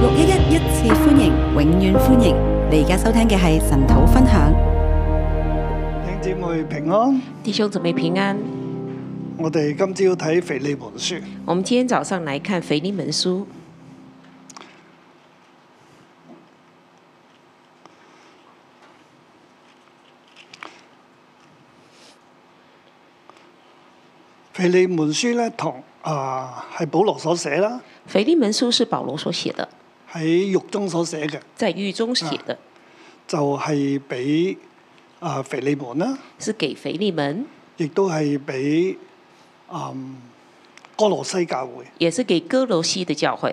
611一次歡迎，永遠歡迎！你而家收聽嘅係神土分享。 弟兄姊妹平安， 弟兄姊妹平安。 我哋今朝睇腓利門書。 我們今天早上來看腓利門書。 腓利門書咧，係保羅所寫啦。 腓利門書是保羅所寫的， 喺獄中所寫嘅， 在獄中寫的， 就係俾腓利門啦， 是給腓利門， 亦都係俾哥羅西教會， 也是給哥羅西的教會。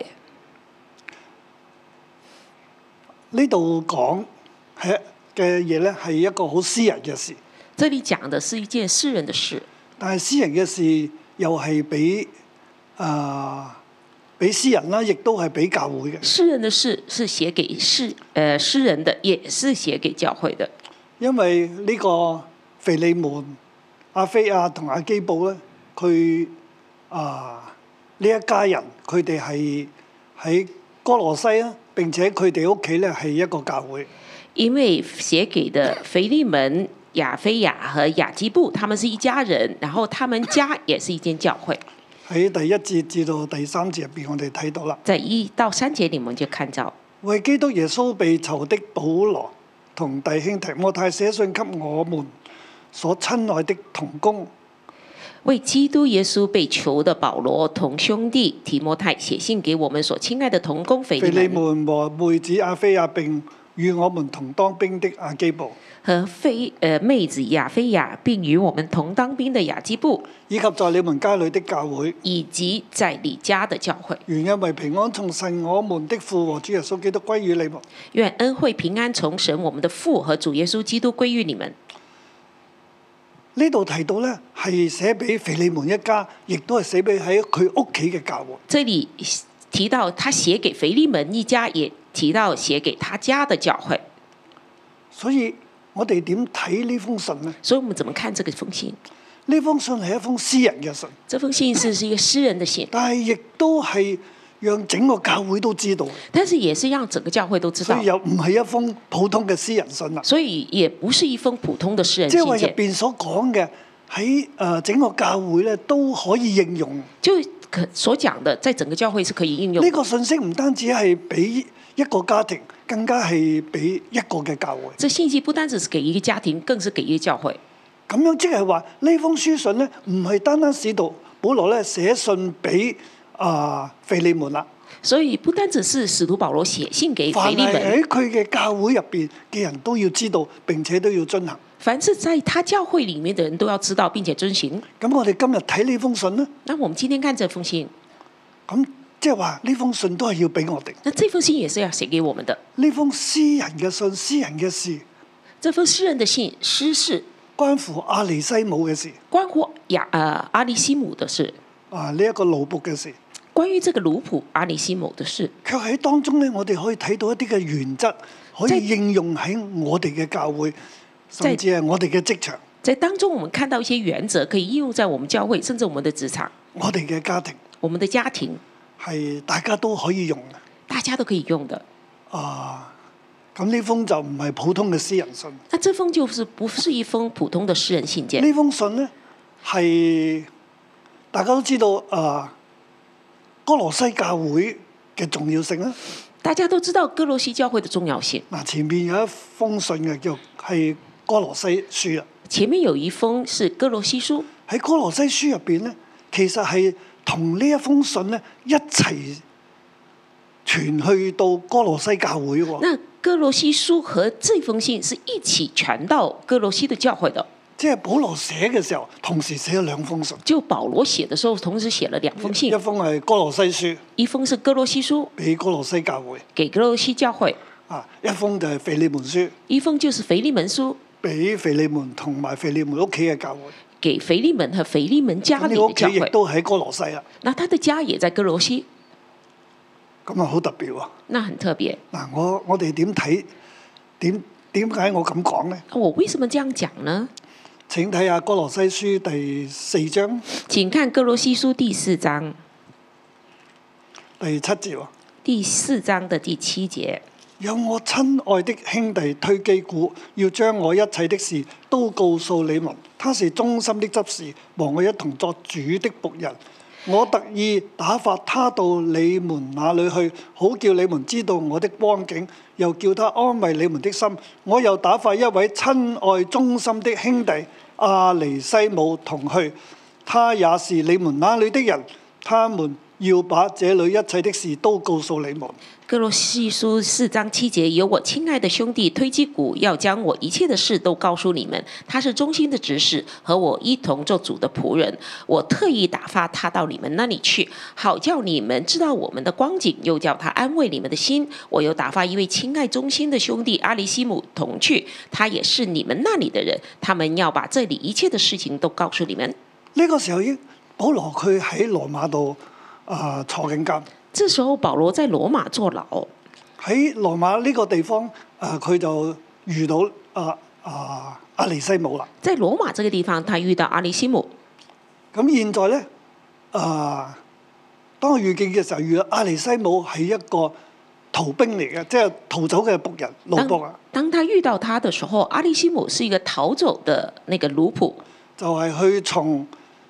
呢度講係嘅嘢咧，係一個好私人嘅事。 這裡講的是一件私人的事，但係私人嘅事又係俾私人啦，亦都係俾教會嘅。 私人的事是寫給私人的，也是寫給教會的。 因為呢個腓利門、阿非亞同阿基布咧，佢呢一家人，佢哋係喺哥羅西啦，並且佢哋屋企咧係一個教會。 因為寫給的腓利門、亞非亞和亞基布，他們是一家人，然後他們家也是一間教會。 喺第一節至到第三節入邊，我哋睇到啦。 在1到3節裡，我們就看到為基督耶穌被囚的保羅同弟兄提摩太寫信給我們所親愛的同工。 為基督耶穌被囚的保羅同兄弟提摩太寫信給我們所親愛的同工腓利門和妹子亞非亞，並與我們同當兵的亞基布。 和妹子亞非亞，並與我們同當兵的亞基布， 以及在你們家裏的教會， 以及在你家的教會。 願恩惠平安從神我們的父和主耶穌基督歸於你們。 願恩惠平安從神我們的父和主耶穌基督歸於你們。 呢度提到呢，係寫俾腓利門一家，亦都係寫俾喺佢屋企嘅教會。 這裡提到他寫給腓利門一家，也提到寫給他家的教會。 所以我哋點睇呢封信呢？ 所以我們怎麼看這個封信？ 呢封信係一封私人嘅信。 這封信是一個私人的信， 但係亦都係讓整個教會都知道。 但是也是讓整個教會都知道。 所以又唔係一封普通嘅私人信啦。 所以也不是一封普通的私人信件。 即係話入邊所講嘅喺整個教會咧都可以應用。 就所講的，在整個教會是可以應用。 呢個信息唔單止係俾一個家庭，更加係俾一個嘅教會。 這信息不單只是給一個家庭，更是給一個教會。 咁樣即係話呢封書信咧，唔係單單使徒保羅咧寫信俾腓利門啦。 所以不單只是使徒保羅寫信給腓利門， 凡係喺佢嘅教會入邊嘅人都要知道，並且都要遵行。 凡是在他教會裡面的人都要知道並且遵行。 咁我哋今日睇呢封信呢？ 那我們今天看這封信， 咁即係話呢封信都係要俾我哋。 那這封信也是要寫給我們的。 呢封私人嘅信，私人嘅事。 這封私人的信，私事， 關乎阿尼西姆嘅事， 關乎阿尼西姆的事。 呢一個奴僕嘅事。 關於這個奴僕阿尼西姆的事， 卻喺當中咧，我哋可以睇到一啲嘅原則，可以應用喺我哋嘅教會，甚至係我哋嘅職場。 在當中，我們看到一些原則可以應用在我們教會，甚至我們的職場。 我哋嘅家庭， 我們的家庭係大家都可以用嘅， 大家都可以用的。 咁呢封就唔係普通嘅私人信。 那這封就是不是一封普通的私人信件。 呢封信呢，係大家都知道哥羅西教會嘅重要性啦。 大家都知道哥羅西教會的重要性。 前面有一封信嘅叫係哥羅西書啊。 前面有一封是哥羅西書。 喺哥羅西書入邊呢，其實係同呢一封信呢一齊傳去到哥羅西教會喎。 那哥羅西書和這封信是一起傳到哥羅西的教會的。 即係保羅寫嘅時候，同時寫咗兩封信。 就保羅寫的時候，同時寫了兩封信。 一封係哥羅西書， 一封是哥羅西書， 俾哥羅西教會， 給哥羅西教會。 一封就係腓利門書， 一封就是腓利門書， 俾腓利門同埋腓利門屋企嘅教會。 給腓利門和腓利門家裡嘅教會。 屋企亦都喺哥羅西啦。 那他的家也在哥羅西。 咁啊，好特別喎。 那很特別。 我哋點睇？點解我咁講呢？ 我為什麼這樣講呢？ 請睇下哥羅西書第4章。 請看哥羅西書第4章第7節喎。 第4章的第7節， 有我親愛的兄弟推基古，要將我一切的事都告訴你們。他是忠心的執事，和我一同作主的僕人。我特意打發他到你們那裏去，好叫你們知道我的光景，又叫他安慰你們的心。我又打發一位親愛忠心的兄弟阿尼西姆同去，他也是你們那裏的人，他們要把這裏一切的事都告訴你們。 哥羅西書4章7節，有我親愛的兄弟推基古，要將我一切的事都告訴你們。他是忠心的執事，和我一同做主的僕人。我特意打發他到你們那裡去，好叫你們知道我們的光景，又叫他安慰你們的心。我又打發一位親愛忠心的兄弟阿里西姆同去，他也是你們那裡的人。他們要把這裡一切的事情都告訴你們。 呢個時候，保羅佢喺羅馬度坐緊監。 這時候保羅在羅馬坐牢， 喺羅馬呢個地方，佢就遇到阿尼西姆啦。 在羅馬這個地方，他遇到阿里西姆。 咁現在咧，當佢遇見嘅時候，遇到阿尼西姆係一個逃兵嚟嘅，即係逃走嘅僕人奴僕啊。 當他遇到他的時候，阿里西姆是一個逃走的那個奴僕， 就係去從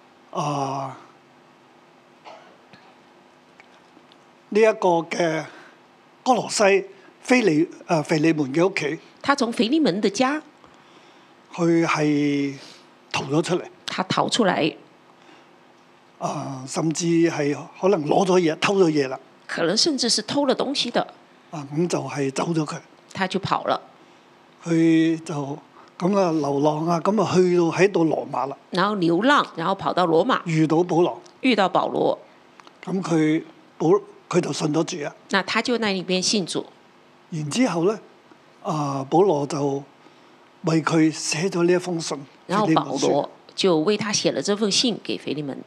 呢一個嘅哥羅西腓利門嘅屋企， 他從腓利門的家， 佢係逃咗出嚟。 他逃出來， 甚至係可能攞咗嘢、偷咗嘢啦。 可能甚至是偷了東西的。 咁就係走咗佢。 他就跑了。 佢就咁啊流浪啊，咁啊去到喺度羅馬啦。 然後流浪，然後跑到羅馬， 遇到保羅。 遇到保羅。 咁佢就信咗主啊。 那他就在那邊信主。 然之後咧，保羅就為佢寫咗呢一封信。 然後保羅就為他寫了這封信給腓利門。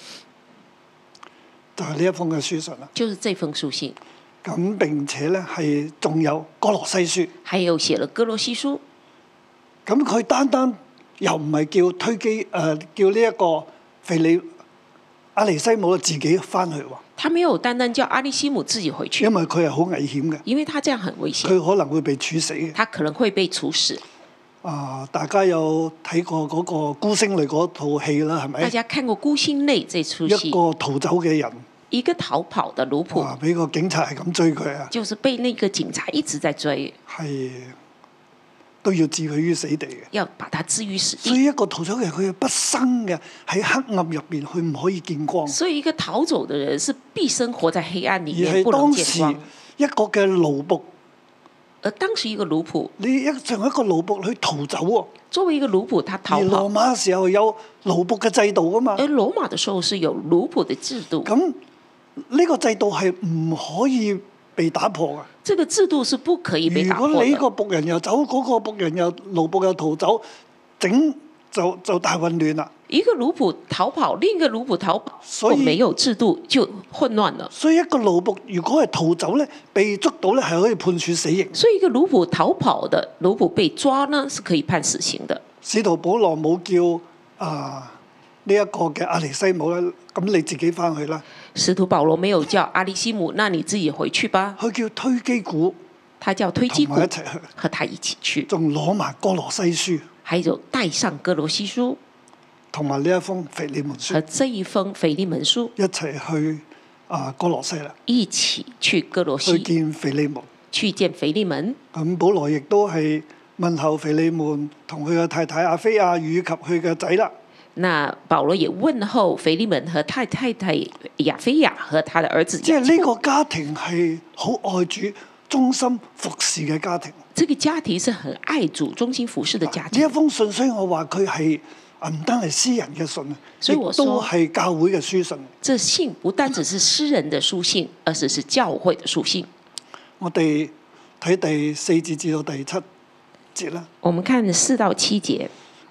就係呢一封嘅書信啦。 就是這封書信。 咁並且咧係仲有哥羅西書。 還有寫了哥羅西書。 咁佢單又唔係叫叫呢一個阿尼西姆自己翻去喎。 他沒有單單叫阿里西姆自己回去， 因為佢係好危險嘅。 因為他這樣很危險， 佢可能會被處死嘅。 他可能會被處死。 大家有睇過嗰個《孤星淚》嗰套戲啦，係咪？ 大家看過《孤星淚》這出戲。 一個逃走嘅人， 一個逃跑的奴僕， 俾個警察係咁追佢啊！ 就是被那個警察一直在追， 係都要置佢於死地嘅， 要把他置於死地。 所以一個逃走嘅人，佢係畢生嘅喺黑暗入邊，佢唔可以見光。 所以一個逃走嘅人是畢生活在黑暗裡面， 而係當時一個嘅奴僕， 而當時一個奴僕， 你作為一個奴僕去逃走喎。 作為一個奴僕，他逃跑。 而羅馬嘅時候有奴僕嘅制度㗎嘛？ 而羅馬嘅時候是有奴僕嘅制度。 咁呢個制度係唔可以被打破嘅。 這個制度是不可以被打破的。 如果你個僕人又走，嗰個僕人又奴僕又逃走，就大混亂啦。 一個奴僕逃跑，另一個奴僕逃跑，所以沒有制度就混亂了。 所以一個奴僕如果係逃走咧，被捉到咧係可以判處死刑。 所以一個奴僕逃跑的奴僕被抓呢，是可以判死刑的。 使徒保羅冇叫呢一個嘅阿尼西姆咧，咁你自己翻去啦。 使徒保羅沒有叫阿里西姆，那你自己回去吧。 佢叫推基古， 他叫推基古， 一齊去， 和他一起去， 仲攞埋哥羅西書， 還有帶上哥羅西書， 同埋呢一封腓利門書， 和這一封腓利門書一齊去哥羅西啦， 一起去哥羅西， 去見腓利門， 去見腓利門。 咁保羅亦都係問候腓利門同佢嘅太太亞非亞以及佢嘅仔啦。 那保羅也問候腓利門和太太亞非亞和他的兒子。 即係呢個家庭係好愛主、忠心服侍嘅家庭。 這個家庭是很愛主、忠心服侍的家庭。 呢一封信，所以我話佢係唔單係私人嘅信， 所以我說都係教會嘅書信。 這信不單只是私人的書信，而是教會的書信。 我哋睇第4節至到第7節啦。 我們看4到7節。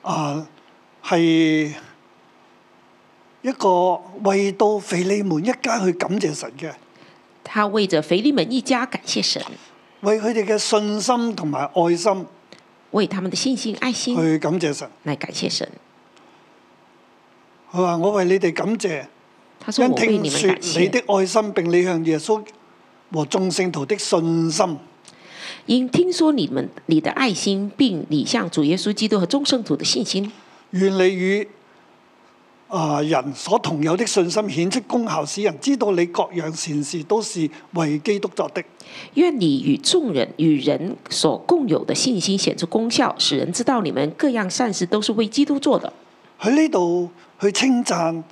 係一個為到腓利門一家去感謝神嘅。 他為着腓利門一家感謝神， 為佢哋嘅信心同埋愛心， 為他們的信心愛心去感謝神， 來感謝神。 佢話：我為你哋感謝， 他說我為你們感謝， 因聽說你的愛心並你向耶穌和眾聖徒的信心。 因聽說你的愛心，並你向主耶穌基督和眾聖徒的信心， 願你與人所同有的信心顯出功效，使人知道你各樣善事都是為基督作的。 願你與眾人與人所共有的信心顯出功效，使人知道你們各樣善事都是為基督做的。 喺呢度去稱讚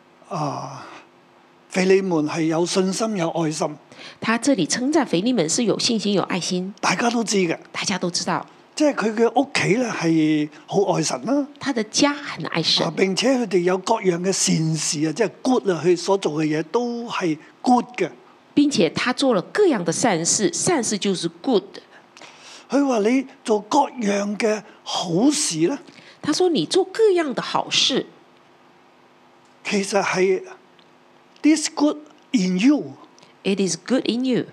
腓利門係有信心有愛心。 他這裡稱讚腓利門是有信心有愛心， 大家都知嘅， 大家都知道。 即係佢嘅屋企咧係好愛神啦。 他的家很愛神， 並且佢哋有各樣嘅善事啊，即係 good 啊，佢所做嘅嘢都係 good 嘅。 並且他做了各樣的善事，善事就是 good。 佢話你做各樣嘅好事咧， 他說你做各樣的好事， 其實係 this good in you。 It is good in you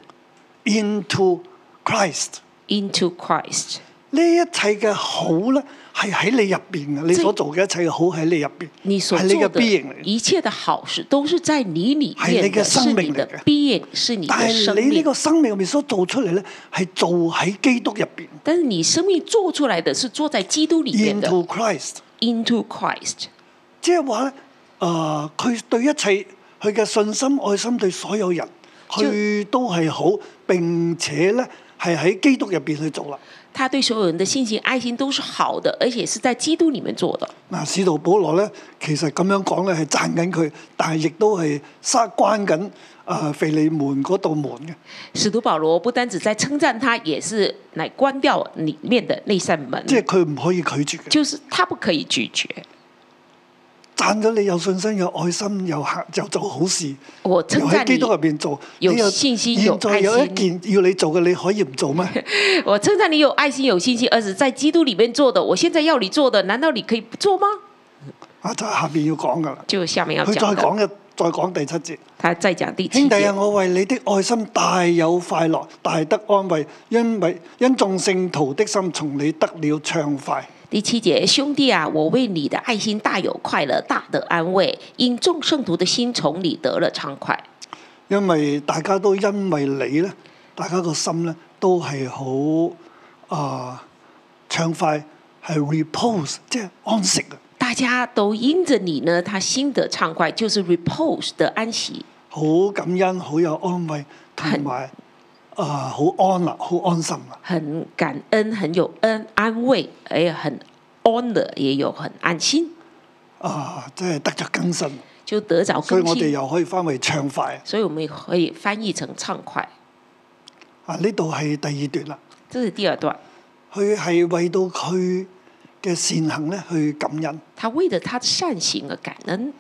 into Christ。 into Christ。 呢一切嘅好咧，係喺你入邊嘅。你所做嘅一切嘅好喺你入邊， 你所係你嘅做的 being 嚟嘅。 一切的好事都是在你裡係你面的， 嘅生是你的命嚟嘅。 being， 是你但的生係你呢命。 個生命入面所做出嚟咧，係做喺基督入邊。 但是你生命做出來的是做在基督裡面的 into Christ。 into Christ。 即係話咧，佢對一切佢嘅信心愛心對所有人，佢都係好，並且咧係喺基督入邊去做啦。 他對所有人的信心愛心都是好的，而且是在基督裡面做的。 嗱，使徒保羅咧，其實咁樣講咧係讚緊佢，但係亦都係關緊腓利門嗰道門嘅。 使徒保羅不單止在稱讚他，也是來關掉裡面的那扇門。 即係佢唔可以拒絕嘅。 就是他不可以拒絕。 讚咗你有信心有愛心又做好事， 我稱讚又喺基督入邊做， 有信心有愛心。 現在有一件要你做嘅，你可以唔做咩？ 我稱讚你有愛心有信心，而是在基督裡面做的。我現在要你做的，難道你可以不做嗎？ 就下邊要講噶啦。 就下面要講。 佢再講第7節。 他再講第7節。 兄弟啊，我為你的愛心大有快樂，大得安慰，因眾聖徒的心從你得了暢快。 第7節，兄弟啊，我為你的愛心大有快樂，大得安慰，因眾聖徒的心從你得了暢快。 因為大家都因為你咧，大家個心咧都係好暢快，係 repose， 即係安息啊！ 大家都因着你呢，他心得暢快，就是 repose 的安息。 好感恩，好有安慰，同埋好安樂，好安心啊！ 很感恩，很有安慰，也很安樂，也有很安心。 即係得着更新， 就得着更新。 所以我哋又可以翻為暢快。 所以我們也可以翻譯成暢快。 呢度係第2段啦。 這是第2段。 佢係為到佢嘅善行咧去感恩。 他為了他的善行而感恩。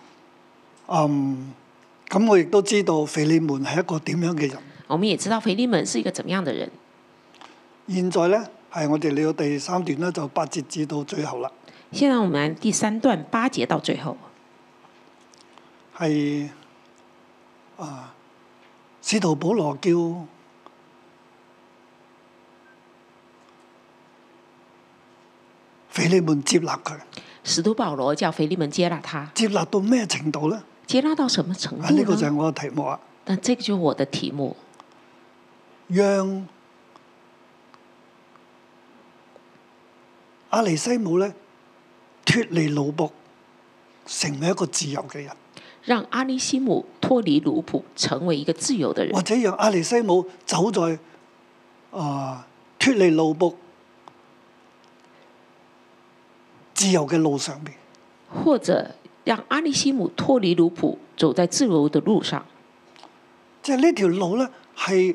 咁我亦都知道腓利門係一個點樣嘅人。 我們也知道腓利門是一個怎麼樣的人。 現在咧係我哋嚟到第3段咧，就8節至到最後啦。 現在我們第3段8節到最後。 係使徒保羅叫腓利門接納佢。 使徒保羅叫腓利門接納他。 接納到咩程度咧？ 接納到什麼程度呢？ 呢個就係我嘅題目啊。 但這個就是我的題目。 讓阿尼西姆咧脫離奴僕，成為一個自由嘅人。 讓阿尼西姆脫離奴僕，成為一個自由的人。 或者讓阿尼西姆走在脫離奴僕自由嘅路上面。 或者讓阿尼西姆脫離奴僕，走在自由的路上。 即係呢條路咧係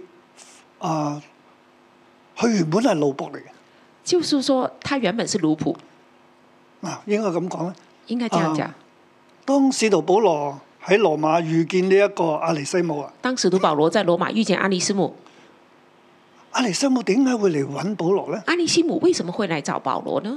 佢原本係奴僕嚟嘅。 就是說，他原本是奴僕。 應該咁講咧。 應該這樣講。 當使徒保羅喺羅馬遇見呢一個阿尼西姆啊。 當使徒保羅在羅馬遇見阿尼西姆。 阿尼西姆點解會嚟揾保羅咧？ 阿尼西姆為什麼會來找保羅呢？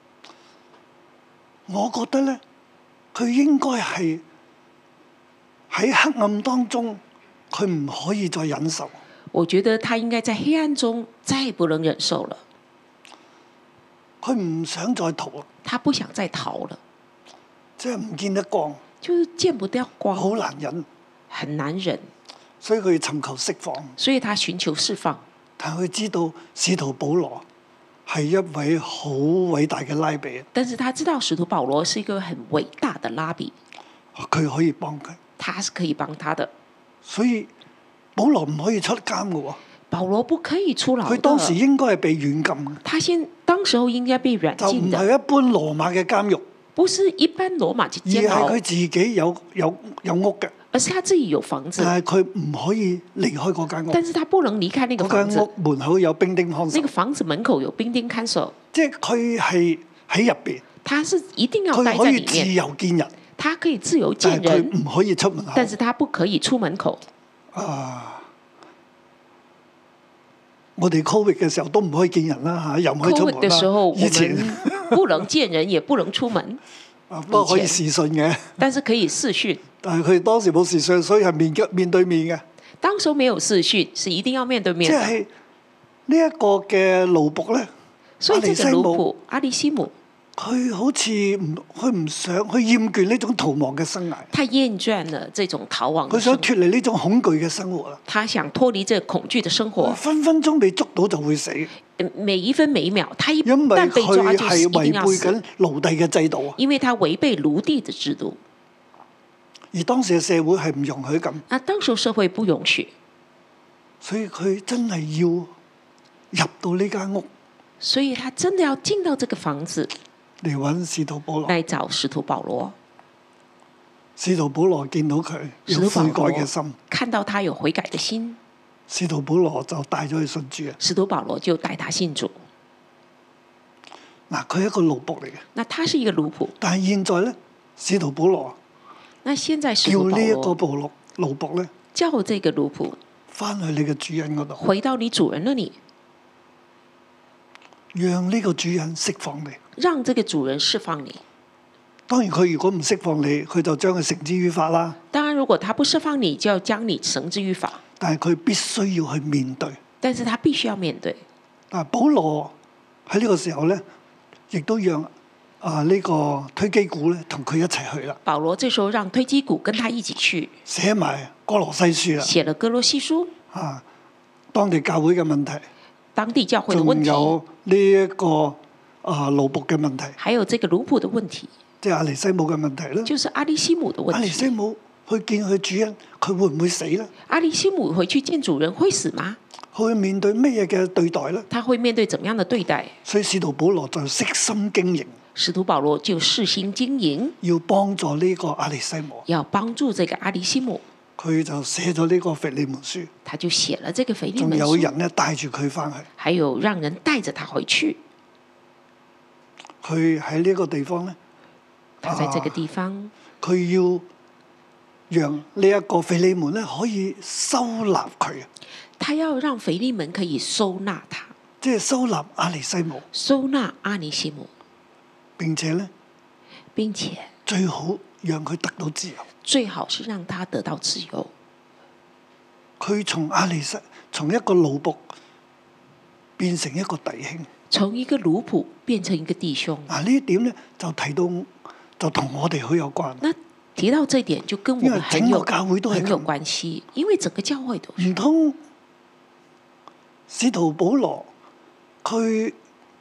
我覺得咧，佢應該係喺黑暗當中，佢唔可以再忍受。 我覺得他應該在黑暗中再不能忍受了。 佢唔想再逃啦。 他不想再逃了。 即係唔見得光。 就是見不到光。 好難忍。 很難忍。 所以佢尋求釋放。 所以他尋求釋放。 但佢知道使徒保羅係一位好偉大嘅拉比， 但是他知道使徒保羅是一個很偉大的拉比， 佢可以幫佢， 他是可以幫他的。 所以保羅唔可以出監嘅喎。 保羅不可以出牢的。 佢當時應該係被軟禁嘅。 他當時候應該被軟禁的。 就唔係一般羅馬嘅監獄。 不是一般羅馬嘅監牢。 而係佢自己有屋嘅。 而是他自己有房子。 但係佢唔可以離開嗰間屋。 但是他不能離開那個房子。 嗰間屋門口有兵丁看守。 那個房子門口有兵丁看守。 即係佢係喺入邊。 他是一定要待在裡面。 佢可以自由見人。 他可以自由見人。 但係佢唔可以出門口。 但是他不可以出門口。 我哋 Covid 嘅時候都唔可以見人啦嚇，又唔可以出門啦。 Covid 嘅時候， 以前不能見人，也不能出門。 不過可以視訊嘅。 但是可以視訊。 但係佢當時冇視訊，所以係面對面嘅。 當時沒有視訊，是一定要面對面。 即係呢一個嘅奴僕咧， 所以這個奴僕阿里西姆， 佢好似佢唔想，佢厭倦呢種逃亡嘅生涯。 他厭倦了這種逃亡。 佢想脫離呢種恐懼嘅生活啦。 他想脫離這恐懼的生活。 分分鐘被捉到就會死。 每一分每一秒，他一旦被抓就一定要死。 因為佢係違背緊奴隸嘅制度啊。 因為他違背奴隸的制度。 而當時嘅社會係唔容許咁。 啊，當時社會不容許。 所以佢真係要入到呢間屋。 所以他真的要進到這個房子。 嚟揾使徒保羅， 嚟找使徒保羅。 使徒保羅見到佢有悔改嘅心， 看到他有悔改嘅心， 使徒保羅就帶咗佢信主啊。 使徒保羅就帶他信主。 嗱，佢係一個奴僕嚟嘅。 那他是一個奴僕。 但係現在咧，使徒保羅， 那現在使徒保羅叫呢一個奴僕咧， 叫這個奴僕翻去你嘅主人嗰度， 回到你主人那裡， 讓呢個主人釋放你。 讓這個主人釋放你。 當然佢如果唔釋放你，佢就將佢繩之於法啦。 當然，如果他不釋放你，就要將你繩之於法。 但係佢必須要去面對。 但是他必須要面對。 啊，保羅喺呢個時候咧，亦都讓呢個推基古咧同佢一齊去啦。 保羅這時候讓推基古跟他一起去，寫埋哥羅西書啦。 寫了哥羅西書。 啊，當地教會嘅問題。 當地教會嘅問題。 仲有呢一個奴僕嘅問題。 還有這個奴僕嘅問題。 即係阿尼西姆嘅問題啦。 就是阿里西姆嘅問題。 阿尼西姆去見佢主人，佢會唔會死咧？ 阿里西姆回去見主人會死嗎？ 佢會面對咩嘢嘅對待咧？ 他會面對怎麼樣的對待？ 所以使徒保羅就悉心經營。 使徒保羅就悉心經營， 要幫助呢個阿尼西姆。 要幫助這個阿里西姆。 佢就寫咗呢個腓利門書。 他就寫了這個腓利門書。 仲有人咧帶住佢翻去。 還有讓人帶着他回去。 佢喺呢個地方咧。 他在這個地方。 佢要讓呢一個腓利門咧可以收納佢。 他要讓腓利門可以收納他。 即係收納阿尼西姆。 收納阿尼西姆。 並且咧。 並且。 最好讓佢得到自由。 最好是讓他得到自由。 佢從一個奴僕變成一個弟兄。 從一個奴僕變成一個弟兄。 呢一點咧就提到就同我哋好有關。 那提到這點就跟我們很有教會都很有關係，因為整個教會都唔通使徒保羅佢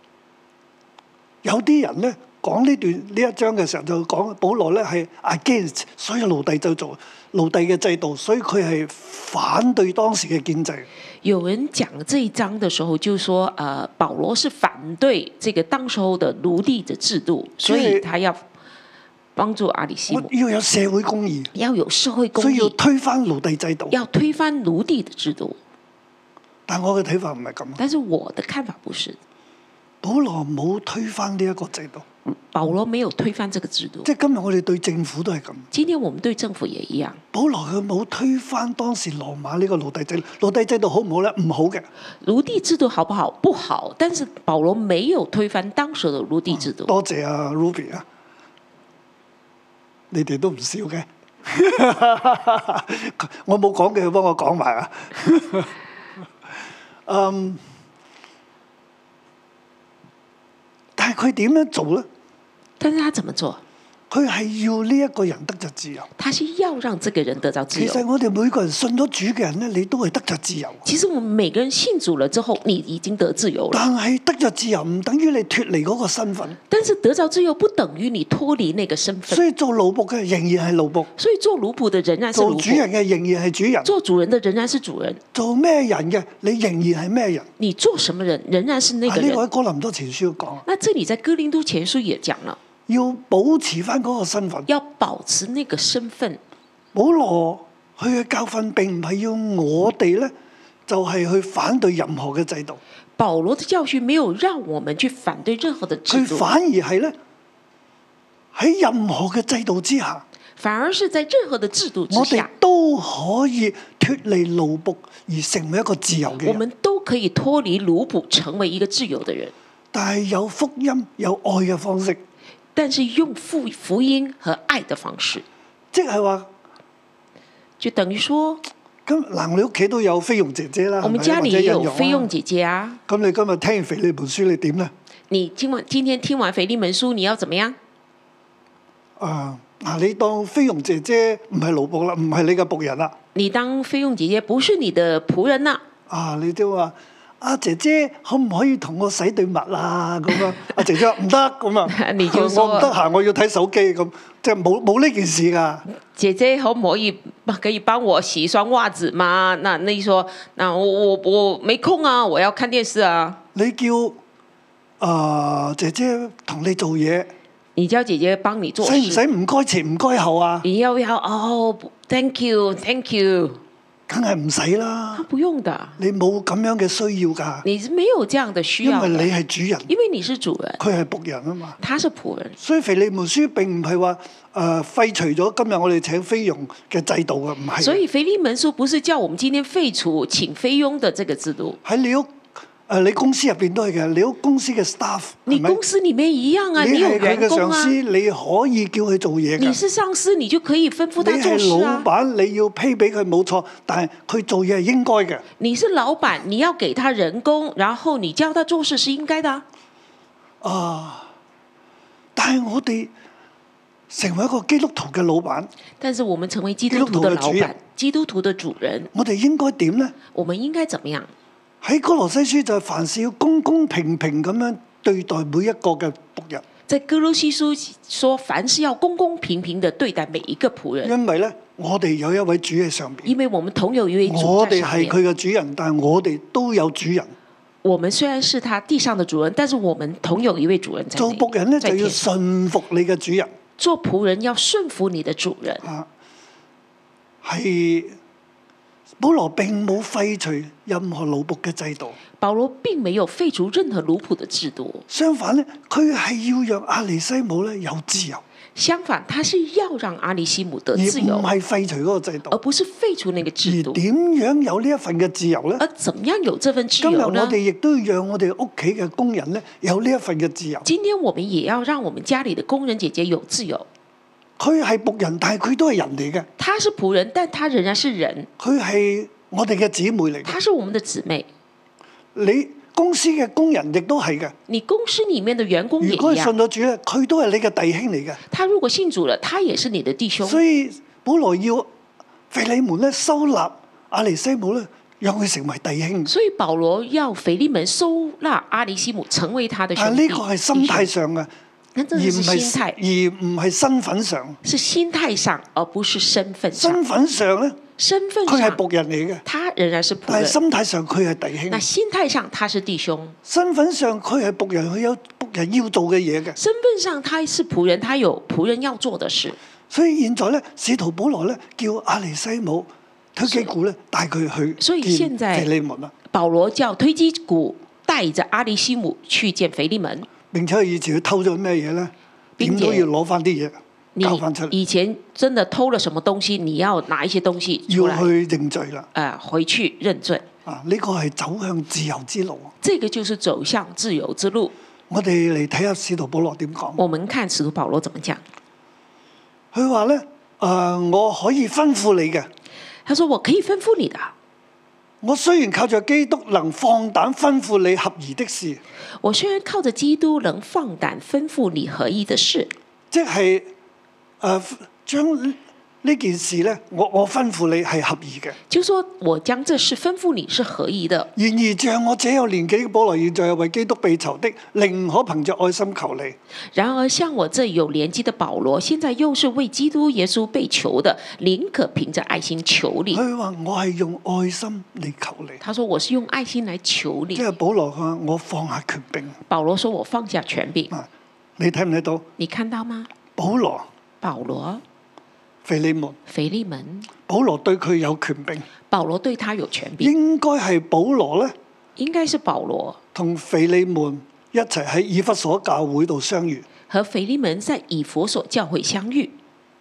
有啲人咧。講呢一章嘅時候就講保羅咧係 against 所有奴隸制度、奴隸嘅制度，所以佢係反對當時嘅建制。 有人講這一章嘅時候就說，保羅是反對這個當時候的奴隸的制度，所以他要幫助阿里西姆。 要有社會公義， 要有社會公義， 所以要推翻奴隸制度， 要推翻奴隸的制度。 但我嘅睇法唔係咁。 但是我的看法不是。 保羅冇推翻呢一個制度。 保羅沒有推翻這個制度。 即係今日我哋對政府都係咁。 今天我們對政府也一樣。 保羅佢冇推翻當時羅馬呢個奴隸制度。奴隸制度好唔好咧？唔好嘅。 奴隸制度好不好？不好。但是保羅沒有推翻當時的奴隸制度。 多謝阿 Ruby 啊，你哋都唔笑嘅。我冇講嘅，佢幫我講埋啊。但係佢點樣做咧？ 但是他怎麼做？ 佢係要呢一個人得着自由。 他是要讓這個人得到自由。 其實我哋每個人信咗主嘅人咧，你都係得着自由。 其實我們每個人信主了之後，你已經得自由了。 但係得着自由唔等於你脫離嗰個身份。 但是得着自由不等於你脫離那個身份。 所以做奴僕嘅仍然係奴僕。 所以做奴僕的仍然是奴僕。 做主人嘅仍然係主人。 做主人的仍然是主人。 做咩人嘅你仍然係咩人。 你做什麼人仍然是那個人。 呢個喺哥林多前書講。 那這裡在哥林多前書也講了。 要保持翻嗰個身份， 要保持那個身份。 保羅佢嘅教訓並唔係要我哋咧，就係去反對任何嘅制度。 保羅的教訓沒有讓我們去反對任何的制度， 佢反而係咧喺任何嘅制度之下， 反而是在任何的制度之下， 我哋都可以脫離奴僕而成為一個自由嘅人。 我們都可以脫離奴僕，成為一個自由的人。 但係有福音有愛嘅方式。 但是用福音和愛的方式， 即係話， 就等於說， 咁嗱，你屋企都有菲傭姐姐啦， 我們家裡也有菲傭姐姐啊。 咁你今日聽完腓利門書，你點咧？ 你今天聽完腓利門書，你要怎麼樣？ 你當菲傭姐姐唔係奴僕啦，唔係你嘅僕人啦。 你當菲傭姐姐不是你的僕人啦。 你都話。姐姐可唔可以同我洗對襪啊？咁啊，姐姐話唔得咁啊，我唔得閒，我要睇手機咁，即係冇呢件事㗎。姐姐可唔可以幫我洗一雙襪子嗎？那你說，那我沒空啊，我要看電視啊。 你叫姐姐同你做嘢， 你叫姐姐幫你做事， 使唔使唔該前唔該後啊？ 你要不要？Thank you，Thank you。 梗係唔使啦， 不用的。你冇咁樣嘅需要㗎。 你是沒有這樣的需要的。 因為你係主人。 因為你是主人。 佢係僕人啊嘛。 他是僕人。 所以腓利門書並唔係話廢除咗今日我哋請菲傭嘅制度啊，唔係。 所以腓利門書不是叫我們今天廢除請菲傭的這個制度。 喺你屋你公司入邊都係嘅，你屋公司嘅 staff， 你公司裡面一樣啊，你有員工啊。你係佢嘅上司，你可以叫佢做嘢㗎。你是上司，你就可以吩咐他做事啊。 你係老闆，你要批俾佢冇錯，但係佢做嘢係應該嘅。 你是老闆，你要給他人工，然後你叫他做事是應該的。 但係我哋成為一個基督徒嘅老闆， 但是我們成為基督徒的老闆，基督徒的主人， 我哋應該點呢？ 我們應該怎麼樣？ 喺哥羅西書就係凡事要公公平平咁樣對待每一個嘅僕人。 在哥羅西書說，凡事要公公平平的對待每一個僕人。 因為咧，我哋有一位主喺上邊。 因為我們同有一位主在上面。 我哋係佢嘅主人，但係我哋都有主人。 我們雖然是他地上的主人，但是我們同有一位主人在。 做僕人咧就要順服你嘅主人。 做僕人要順服你的主人。 係。保羅並冇廢除任何奴僕嘅制度。 保羅並沒有廢除任何奴僕的制度。 相反咧，佢係要讓阿尼西姆咧有自由。 相反，他是要讓阿尼西姆得自由， 而唔係廢除嗰個制度， 而不是廢除那個制度。 而點樣有呢一份嘅自由咧？ 而怎麼樣有這份自由呢？ 今日我哋亦都要讓我哋屋企嘅工人咧有呢一份嘅自由。 今天我們也要讓我們家裡的工人姐姐有自由。 佢係僕人，但係佢都係人嚟嘅。 他是僕人，但他仍然是人。 佢係我哋嘅姊妹嚟。 他是我們的姊妹。 你公司嘅工人亦都係嘅。 你公司裡面的員工也一樣。 如果信咗主咧，佢都係你嘅弟兄嚟嘅。 他如果信主了，他也是你的弟兄。 所以保羅要腓利門咧收納阿尼西姆咧，讓佢成為弟兄。 所以保羅要腓利門收納阿尼西姆成為他的兄弟。 但呢個係心態上嘅。而唔係身份上， 是心態上，而不是身份上。 身份上咧， 身份上佢係僕人嚟嘅， 他仍然是僕人。 但係心態上佢係弟兄。 那心態上他是弟兄。 身份上佢係僕人，佢有僕人要做嘅嘢嘅。 身份上他是僕人，他有僕人要做的事。 所以現在咧，使徒保羅咧叫阿尼西姆、推基古咧帶佢去見腓利門啦。 保羅叫推基古帶着阿尼西姆去見腓利門。 並且以前佢偷咗咩嘢咧？點都要攞翻啲嘢交翻出嚟。 以前真的偷了什麼東西，你要拿一些東西出來。 要去認罪啦。 回去認罪。 呢個係走向自由之路。 這個就是走向自由之路。 我哋嚟睇下使徒保羅點講。 我們看使徒保羅怎麼講。 佢話咧，我可以吩咐你嘅。 他說我可以吩咐你的。 我雖然靠着基督能放膽吩咐你合宜的事， 我雖然靠着基督能放膽吩咐你合宜的事， 即係將呢件事咧，我吩咐你係合宜嘅。 就說我將這事吩咐你是合宜的。 然而像我這有年紀嘅保羅，現在係為基督被囚的，寧可憑着愛心求你。 然而像我這有年紀的保羅，現在又是為基督耶穌被囚的，寧可憑着愛心求你。 佢話我係用愛心嚟求你。 他說我是用愛心來求你。 即係保羅話我放下權柄。 保羅說我放下權柄。 你睇唔睇到？ 你看到嗎？ 保羅。 腓利門， 保羅對佢有權柄。 保羅對他有權柄。 應該係保羅呢？ 應該是保羅同腓利門一齊喺以弗所教會度相遇。 和腓利門在以弗所教會相遇。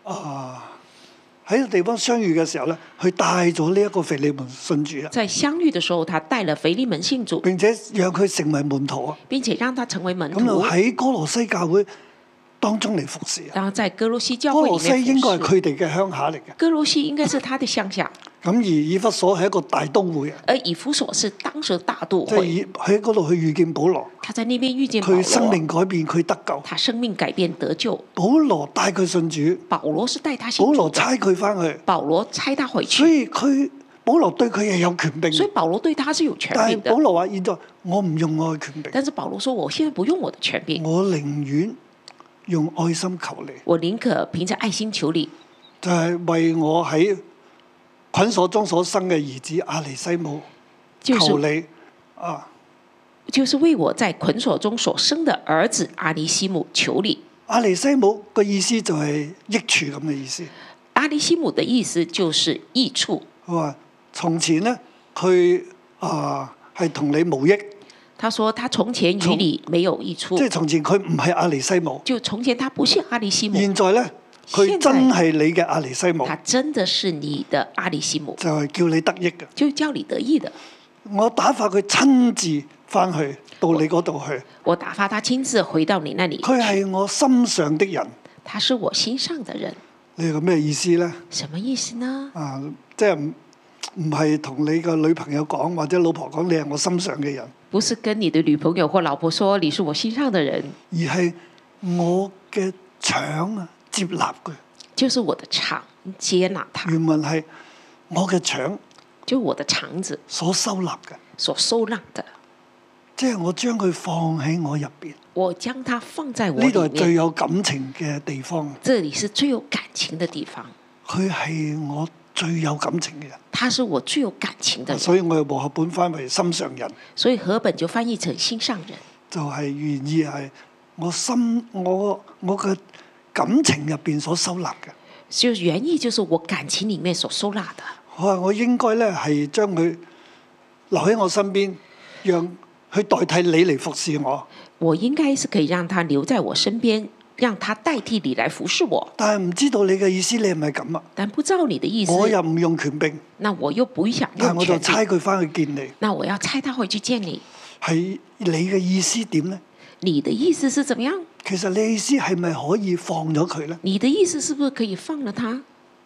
喺個地方相遇嘅時候咧，佢帶咗呢一個腓利門信主啊。 在相遇嘅時候，他帶了腓利門信主， 並且讓佢成為門徒啊。 並且讓他成為門徒。 咁就喺哥羅西教會當中嚟服侍。 然後在哥羅西教會裡面服侍。 哥羅西應該係佢哋嘅鄉下嚟嘅。 哥羅西應該是他的鄉下。 咁而以弗所係一個大都會啊。 而以弗所是當時大都會。 即係喺嗰度去遇見保羅。 他在那邊遇見保羅。 佢生命改變，佢得救。 他生命改變得救。 保羅帶佢信主。 保羅是帶他信主。 保羅差佢翻去。 保羅差他回去。 所以保羅對佢係有權柄。 所以保羅對他是有權柄的。 但係保羅話：現在我唔用我嘅權柄。 但是保羅說：我現在不用我的權柄。 我寧願用愛心求你。 我寧可憑着愛心求你。 就係為我喺捆鎖中所生嘅兒子阿尼西姆求你啊！ 就是為我在捆鎖中所生的兒子阿尼西姆求你。 阿尼西姆個意思就係益處咁嘅意思。 阿尼西姆的意思就是益處。 佢話從前呢，佢係同你無益。 他說他從前與你沒有益處。 即係從前佢唔係阿尼西姆。 就從前他不是阿尼西姆。 現在呢，佢真係你嘅阿尼西姆。 他真的是你的阿尼西姆。 就係叫你得益嘅。 就叫你得益的。 我打發佢親自翻去到你嗰度去。 我打發他親自回到你那裡。 佢係我心上的人。 他是我心上的人。 呢個咩意思呢？ 什麼意思呢？ 即係唔係同你個女朋友講或者老婆講你係我心上嘅人。 不是跟你的女朋友或老婆說你是我心上的人， 而係我嘅腸啊接納佢。 就是我的腸接納他。 原文係我嘅腸， 就我的腸子所收納嘅， 所收納的。 即係我將佢放喺我入邊。 我將它放在我裡面。 呢度係最有感情嘅地方。 這裡是最有感情的地方。 佢係我最有感情嘅人。 他是我最有感情的人。 所以我哋和合本翻為心上人。 所以和本就翻譯成心上人。 就係原意係我嘅感情入邊所收納嘅。 就原意就是我感情裡面所收納的。 我應該咧係將佢留喺我身邊，讓佢代替你嚟服侍我。 我應該是可以讓他留在我身邊，讓他代替你來服侍我。 但係唔知道你嘅意思，你係咪咁啊？ 但不知道你的意思。 我又唔用權柄。 那我又不想用權柄。 但我就差佢翻去見你。 那我要差他回去見你。 係你嘅意思點呢？ 你的意思是怎麼樣？ 其實你意思係咪可以放咗佢呢？ 你的意思是不是可以放了他？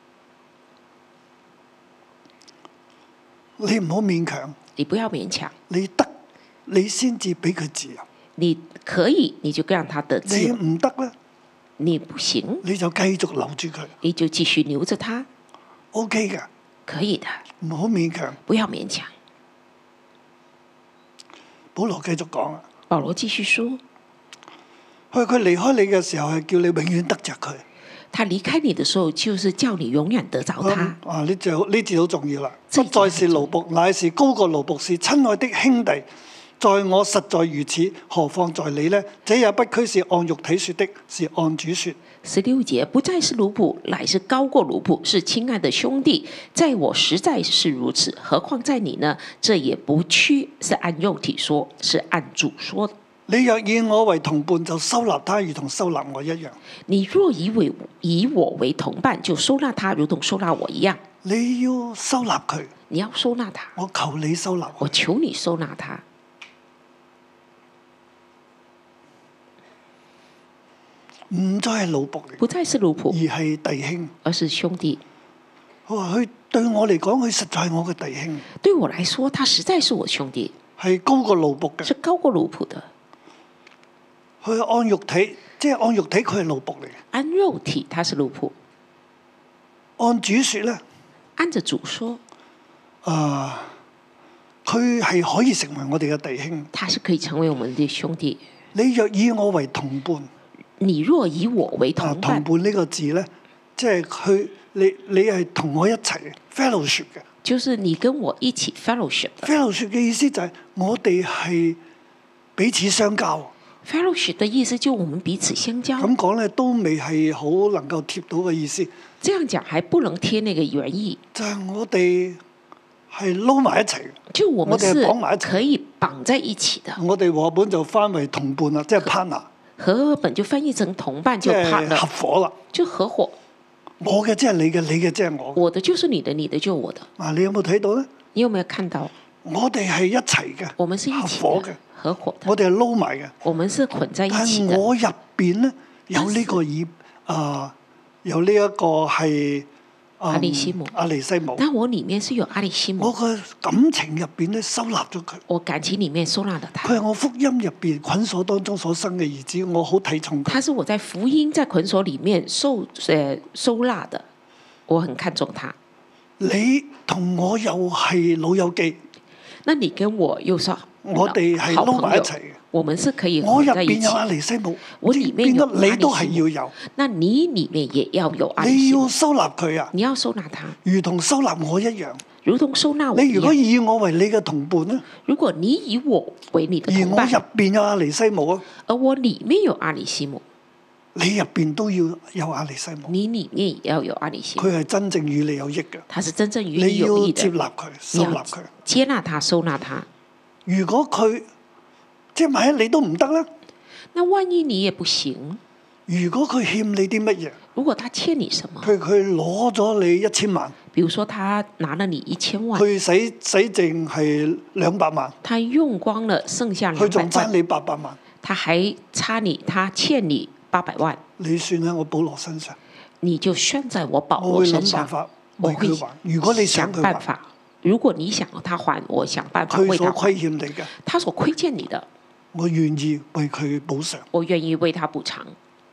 你唔好勉強。 你不要勉強。 你得，你先至俾佢自由。 你可以，你就讓他得自由。 你唔得咧， 你不行， 你就繼續留住佢。 你就繼續留着他。 OK 嘅， 可以的， 唔好勉強。 不要勉強。 保羅繼續講啊。 保羅繼續說： 佢離開你嘅時候係叫你永遠得着佢。 他離開你的時候，就是叫你永遠得着他。 呢字好重要啦。不再是奴僕，乃是高過奴僕，是親愛的兄弟。在我實在如此，何況在你呢？這也不拘是按肉體說的，是按主說。 16節，不再是奴僕，乃是高過奴僕，是親愛的兄弟。在我實在是如此，何況在你呢？這也不拘是按肉體說，是按主說的。 你若以我為同伴，就收納他，如同收納我一樣。 你若以我為同伴，就收納他，如同收納我一樣。 你要收納佢， 你要收納他。 我求你收納我求你收納他。 唔再係奴僕， 不再是奴僕， 而係弟兄， 而是兄弟。 佢話佢對我嚟講，佢實在係我嘅弟兄。 對我來說，他實在是我兄弟， 係高過奴僕嘅， 是高過奴僕的。 佢係按肉體，即係按肉體佢係奴僕嚟嘅。 按肉體他是奴僕， 按主説咧， 按着主說， 佢係可以成為我哋嘅弟兄。 他是可以成為我們的兄弟。 你若以我為同伴， 你若以我為同伴， 同伴呢個字咧，即係你係同我一齊 fellowship 嘅。 就是你跟我一起 fellowship。 fellowship 嘅意思就係我哋係彼此相交。 fellowship 的意思就我們彼此相交。 咁講咧都未係好能夠貼到嘅意思。 這樣講還不能貼那個原意。 就係我哋係撈埋一齊嘅。 就我們是綁埋一齊， 可以綁在一起的。 我哋和合本就翻為同伴啦，即係 partner。 和合本就翻譯成同伴，就 partner， 合夥啦， 就合夥。 我嘅即係你嘅，你嘅即係我。 我的就是你的，你的就我的。 你有冇睇到咧？ 你有沒有看到？ 我哋係一齊嘅， 我們是一起合夥嘅， 合夥的。 我哋係撈埋嘅。 我們是捆在一起的。 但係我入邊咧有呢個有呢一個係阿里西姆。 阿尼西姆。 但我裡面是有阿里西姆。 我個感情入邊咧收納咗佢。 我感情裡面收納咗他。 佢係我福音入邊捆鎖當中所生嘅兒子，我好睇重佢。 他是我在福音在捆鎖裡面收納的，我很看重他。 你同我又係老友記。 那你跟我又是我哋係撈埋一齊嘅。 我們是可以我入合在一起。 邊有阿尼西姆， 我裡面有阿尼西姆， 你都係要有。 那你裡面也要有阿尼西姆。 你要收納佢啊！ 你要收納他， 如同收納我一樣。 如同收納我一樣。 你如果以我為你嘅同伴咧， 如果你以我為你的同伴， 而我入邊有阿尼西姆啊， 而我裡面有阿尼西姆， 你入邊都要有阿尼西姆。 你裡面也要有阿尼西姆。 佢係真正與你有益嘅。 他是真正與你有益的。 你要接納佢，收納佢。 接納他，收納他。 如果佢即係萬一你都唔得咧， 那萬一你也不行， 如果佢欠你啲乜嘢？ 如果他欠你什麼？ 佢攞咗你1000萬。 比如說他拿了你1000萬， 佢使淨係200萬， 他用光了，剩下200萬， 佢仲爭你800萬， 他還差你，他欠你800萬， 你算喺我保羅身上， 你就算在我保羅身上， 我會諗辦法為佢還。如果你想佢還， 如果你想他還，我想辦法為他還。 佢所虧欠你嘅， 他所虧欠你的， 我願意為佢補償。 我願意為他補償。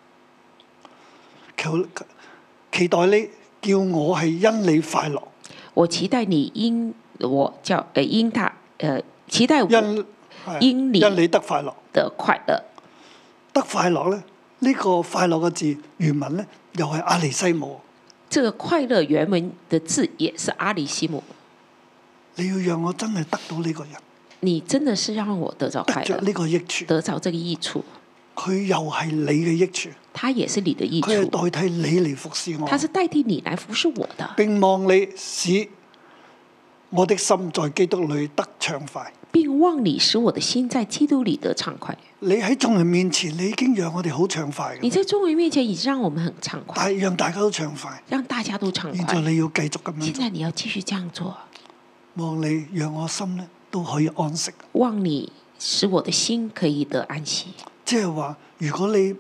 期待你叫我係因你快樂。 我期待你因我叫因他期待我因你得快樂的快樂。 得快樂咧，呢個快樂嘅字原文咧又係阿尼西姆。 這個快樂原文的字也是阿里西姆。 你要讓我真係得到呢個人。 你真的是讓我得着快樂， 得着呢個益處， 得着這個益處。 佢又係你嘅益處， 他也是你的益處。 佢係代替你嚟服侍我， 他是代替你來服侍我的。 並望你使我的心在基督裏得暢快。 並望你使我的心在基督裏得暢快。 你喺眾人面前，你已經讓我哋好暢快。 你在眾人面前已經讓我們很暢快， 但係讓大家都暢快， 讓大家都暢快。 現在你要繼續咁樣做。 現在你要繼續這樣做。 望你讓我心咧都可以安息。 望你使我的心可以得安息。 即係話，如果你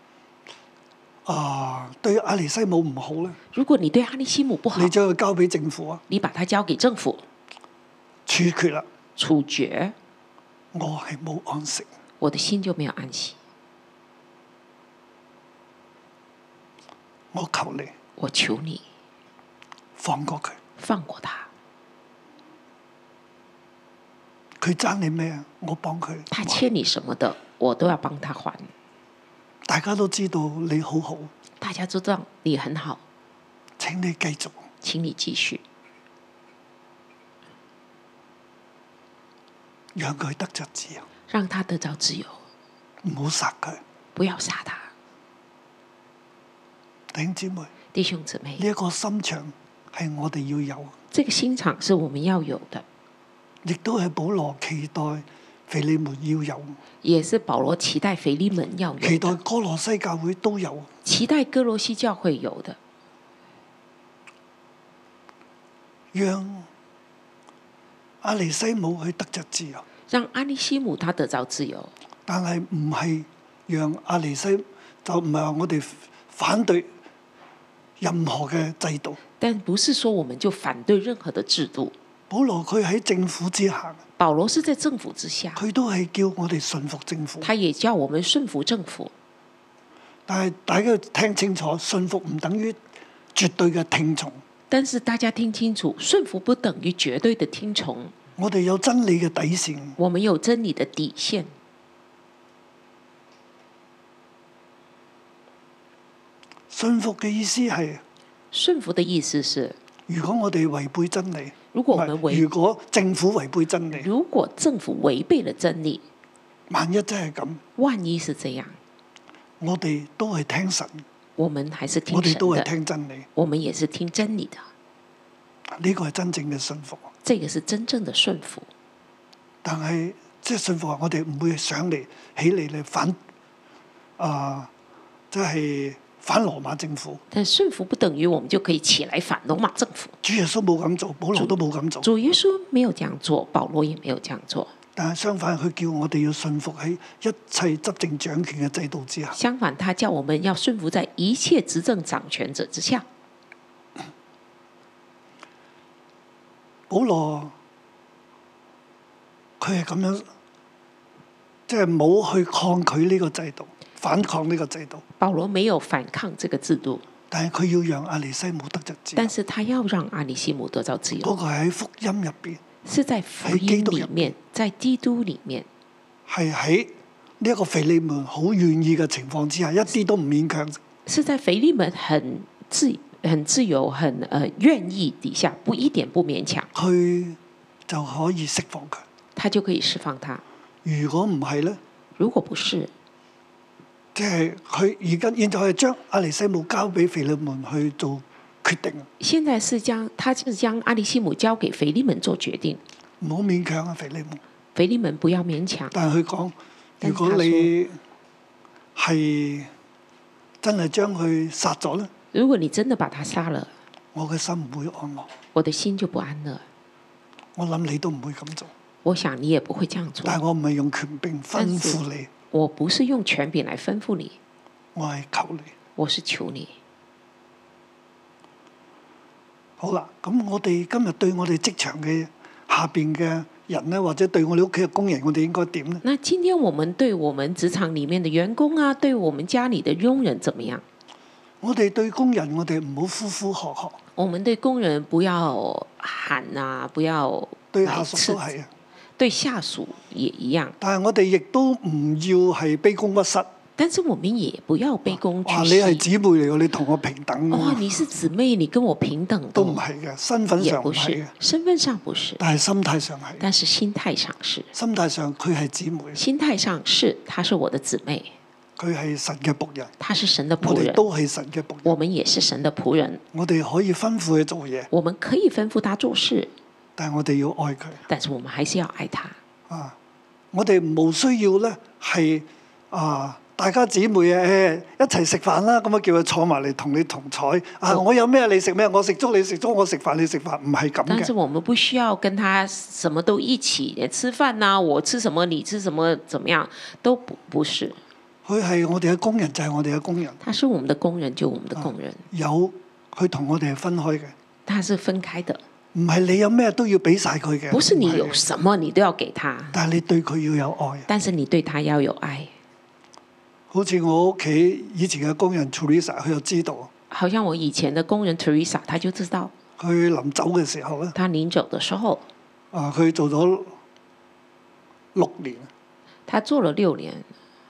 對阿尼西姆唔好咧， 如果你對阿尼西姆不好， 你將佢交俾政府啊， 你把它交給政府處決啦， 處決， 我係冇安息， 我的心就沒有安息。 我求你， 我求你放過佢， 放過他。 佢爭你咩啊？我幫佢。 他欠你什麼的，我都要幫他還。 大家都知道你好好， 大家知道你很好， 請你繼續。 請你繼續， 讓佢得着自由， 讓他得着自由， 唔好殺佢， 不要殺他。 弟兄姊妹， 弟兄姊妹， 呢一個心腸係我哋要有， 這個心腸是我們要有的， 亦都係保羅期待腓利門要有， 也是保羅期待腓利門要有， 期待哥羅西教會都有， 期待哥羅西教會有的， 讓阿尼西姆去得着自由， 讓阿尼西姆他得着自由， 但係唔係讓阿尼西，就唔係話我哋反對任何嘅制度， 但不是說我們就反對任何的制度， 保羅佢喺政府之下， 保羅是在政府之下， 佢都係叫我哋順服政府。 他也叫我們順服政府。 但係大家要聽清楚，順服唔等於絕對嘅聽從。 但是大家聽清楚，順服不等於絕對的聽從。 我哋有真理嘅底線。 我們有真理的底線。 順服嘅意思係， 順服的意思是， 如果我哋違背真理， 如果我們如果政府違背真理， 如果政府違背了真理， 萬一真係咁， 萬一是這樣， 我哋都係聽神， 我們還是聽我哋都係神的， 聽真理， 我們也是聽真理的。 呢個係真正嘅順服。 這個是真正的順服。 但係即係順服話，我哋唔會上嚟起嚟反即係反羅馬政府。 但順服不等於我們就可以起來反羅馬政府。 主耶穌冇咁做，保羅都冇咁做。 主耶穌沒有這樣做，保羅也沒有這樣做。 但係相反，佢叫我哋要順服喺一切執政掌權嘅制度之下。 相反，他叫我們要順服在一切執政掌權者之下。 保羅佢係咁樣，即係冇去抗拒呢個制度，反抗呢個制度。 保羅沒有反抗這個制度， 但係佢要讓阿尼西姆得着自由。 但是他要讓阿尼西姆得到自由。 嗰個係喺福音入邊， 是在福音裡面，在基督裡面， 係喺呢一個腓利門好願意嘅情況之下，一啲都唔勉強。 是在腓利門很自由、很願意底下，一點不勉強， 佢就可以釋放佢。 他就可以釋放他。 如果唔係咧， 如果不是， 即係佢現在係將阿尼西姆交俾腓利門去做決定。 現在是將阿尼西姆交給腓利門做決定。 唔好勉強啊，腓利門。 腓利門不要勉強。 但係佢講，如果你係真係將佢殺咗咧， 如果你真的把他殺了， 我嘅心唔會安樂。 我的心就不安樂。 我諗你都唔會咁做。 我想你也不會這樣做。 但係我唔係用權柄吩咐你。 我不是用權柄來吩咐你。 我係求你。 我是求你。 好啦，咁我哋今日對我哋職場嘅下邊嘅人咧，或者對我哋屋企嘅工人，我哋應該點咧？ 那今天我們對我們職場裡面的員工啊，對我們家裡的傭人怎麼樣？ 我哋對工人，我哋唔好呼呼喝喝。 我們對工人不要喊啊，不要對下屬都係啊， 對下屬也一樣。 但係我哋亦都唔要係卑躬屈膝。 但是我們也不要卑躬屈膝。 哇！你係姊妹嚟㗎，你同我平等。 哦，你是姊妹，你跟我平等。 都唔係嘅，身份上唔係嘅。 身份上不是。 但係心態上係。 但是心態上是。 心態上佢係姊妹。 心態上是，她是我的姊妹。 佢係神嘅僕人。 他是神的僕人。 我哋都係神嘅僕人。 我們也是神的僕人。 我哋可以吩咐佢做嘢。 我們可以吩咐他做事。 但係我哋要愛佢。 但是我們還是要愛他。 啊！我哋冇需要咧，係大家姊妹一齊食飯啦，咁啊叫佢坐埋嚟同你同台。我有咩你食咩，我食粥你食粥，我食飯你食飯，唔係咁嘅。 但是我們不需要跟他什麼都一起吃飯啊，我吃什麼你吃什麼，怎麼樣都不是。 佢係我哋嘅工人，就係我哋嘅工人。 他是我們的工人，就我們的工人。 有佢同我哋係分開嘅。 他是分開的。 唔係你有咩都要俾晒佢嘅。 不是你有什麼你都要給他。 但係你對佢要有愛。 但是你對他要有愛。 好似我屋企以前嘅工人 Teresa， 佢就知道。 好像我以前的工人 Teresa， 他就知道。 佢臨走嘅時候咧。 他臨走的時候。 佢做咗6年。 他做了6年。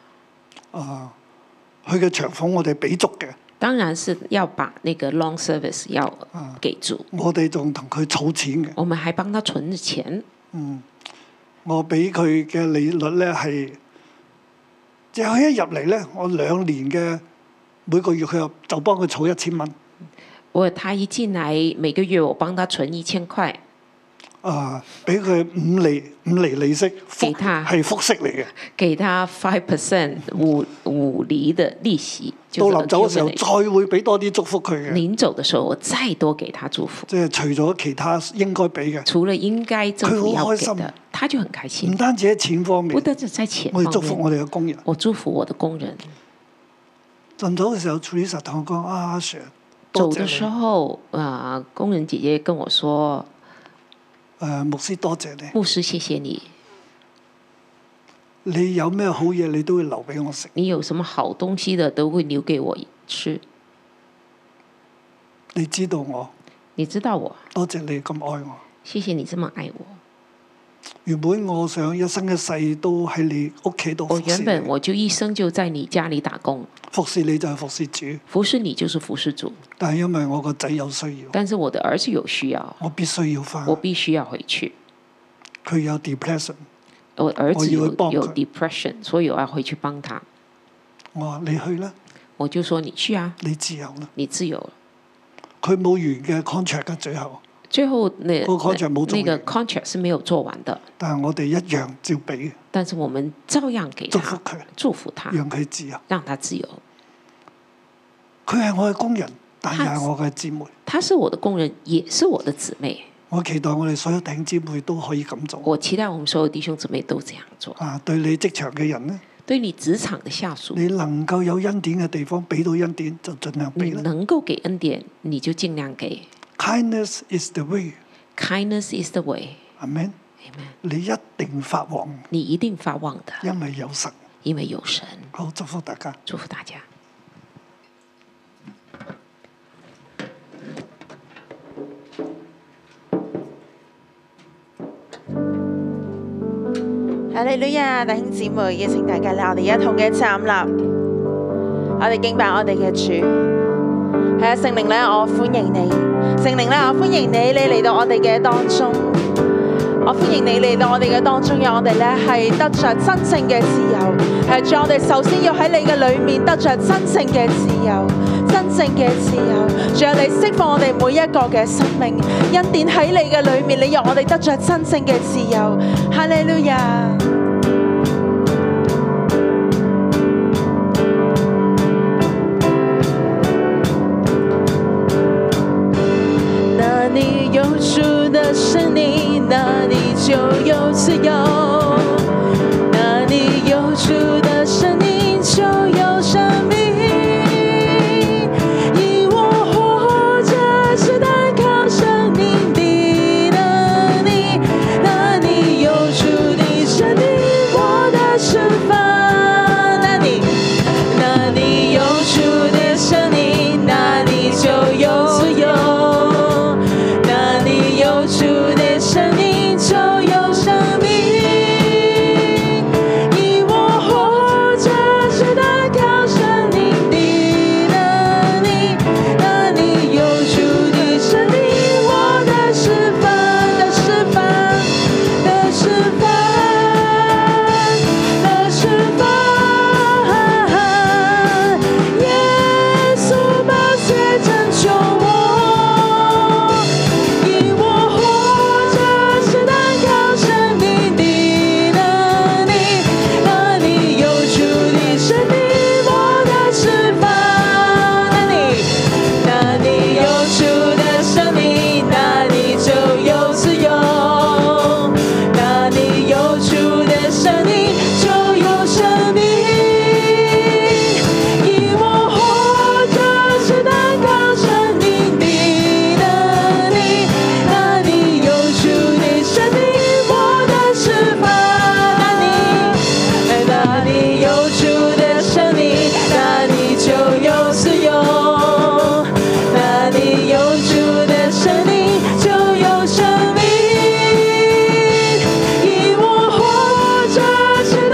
佢嘅長俸我哋俾足嘅。 當然是要把那個 long service 要給足。 我哋仲同佢儲錢嘅。 我們還幫他存錢。 我俾佢嘅利率咧係，即係佢一入嚟咧，我2年嘅每個月佢就幫佢儲1000蚊。 他一進來每個月我幫他存1000塊。 俾佢5厘利息，係複息嚟嘅。 給他 5% 5厘的利息。 到臨走嘅時候，再會俾多啲祝福佢嘅。 臨走嘅時候，我再多給他祝福。 即係除咗其他應該俾嘅。 除了應該政府要給的， 佢好開心， 他就很開心。 唔單止喺錢方面， 不單止在錢方面， 我祝福我哋嘅工人。 我祝福我的工人。 臨走嘅時候 ，Teresa 同我講：阿 Sir， 走嘅時候，工人姐姐跟我說。 牧師多謝你。 牧師，謝謝你。 你有咩好嘢，你都會留俾我食。 你有什麼好東西的，都會留給我吃。 你知道我， 你知道我。 多謝你咁愛我。 謝謝你這麼愛我。 原本我想一生一世都喺你屋企度服侍你。 原本我就一生就在你家裡打工。 服侍你就係服侍主。 服侍你就是服侍主。 但係因為我個仔有需要。 但是我的兒子有需要。 我必須要返。 我必須要回去。 佢有 depression。 我兒子有 depression， 所以我要回去幫他。 我話你去啦。 我就說你去啊。 你自由啦。 你自由了。 佢冇完嘅 contract 嘅最後。 最後那個 contract 冇做完。 那個 contract 是沒有做完的。 但係我哋一樣照俾。 但是我們照樣給他祝福佢， 祝福他， 讓佢自由， 讓他自由。 佢係我嘅工人，但係係我嘅姊妹。 他是我的工人，也是我的姊妹。 我期待我哋所有弟兄姊妹都可以咁做。 我期待我們所有弟兄姊妹都這樣做。 啊，對你職場嘅人呢？ 對你職場的下屬， 你能夠有恩典嘅地方，俾到恩典就盡量俾啦。 你能夠給恩典，你就盡量給。 Kindness is the way. Kindness is the way. Amen. Amen. 你一定發旺。 你一定發旺的。 因為有神。 因為有神。 好，祝福大家。 祝福大家。 哈利路亞，弟兄姊妹，邀請大家咧，我哋一同嘅站立，我哋敬拜我哋嘅主。係啊，聖靈咧，我歡迎你，聖靈咧，我歡迎你，你嚟到我哋嘅當中，我歡迎你嚟到我哋嘅當中，讓我哋咧係得着真正嘅自由。係主，我哋首先要喺你嘅裏面得着真正嘅自由，真正嘅自由。仲有你釋放我哋每一個嘅生命，恩典喺你嘅裏面，你讓我哋得着真正嘅自由。哈利路亞。你有主的聖靈，那你就有自由；那你有主的聖靈，就有生命。因我活着是單靠生命的能力，那你有主的聖靈，我的釋放。那你有主的聖靈，那你就有自由。主的聖靈就有生命，因我活着是單靠生命的能力。那你有主的聖靈，我的釋放，的釋放，的釋放，的釋放。耶穌寶血拯救我。是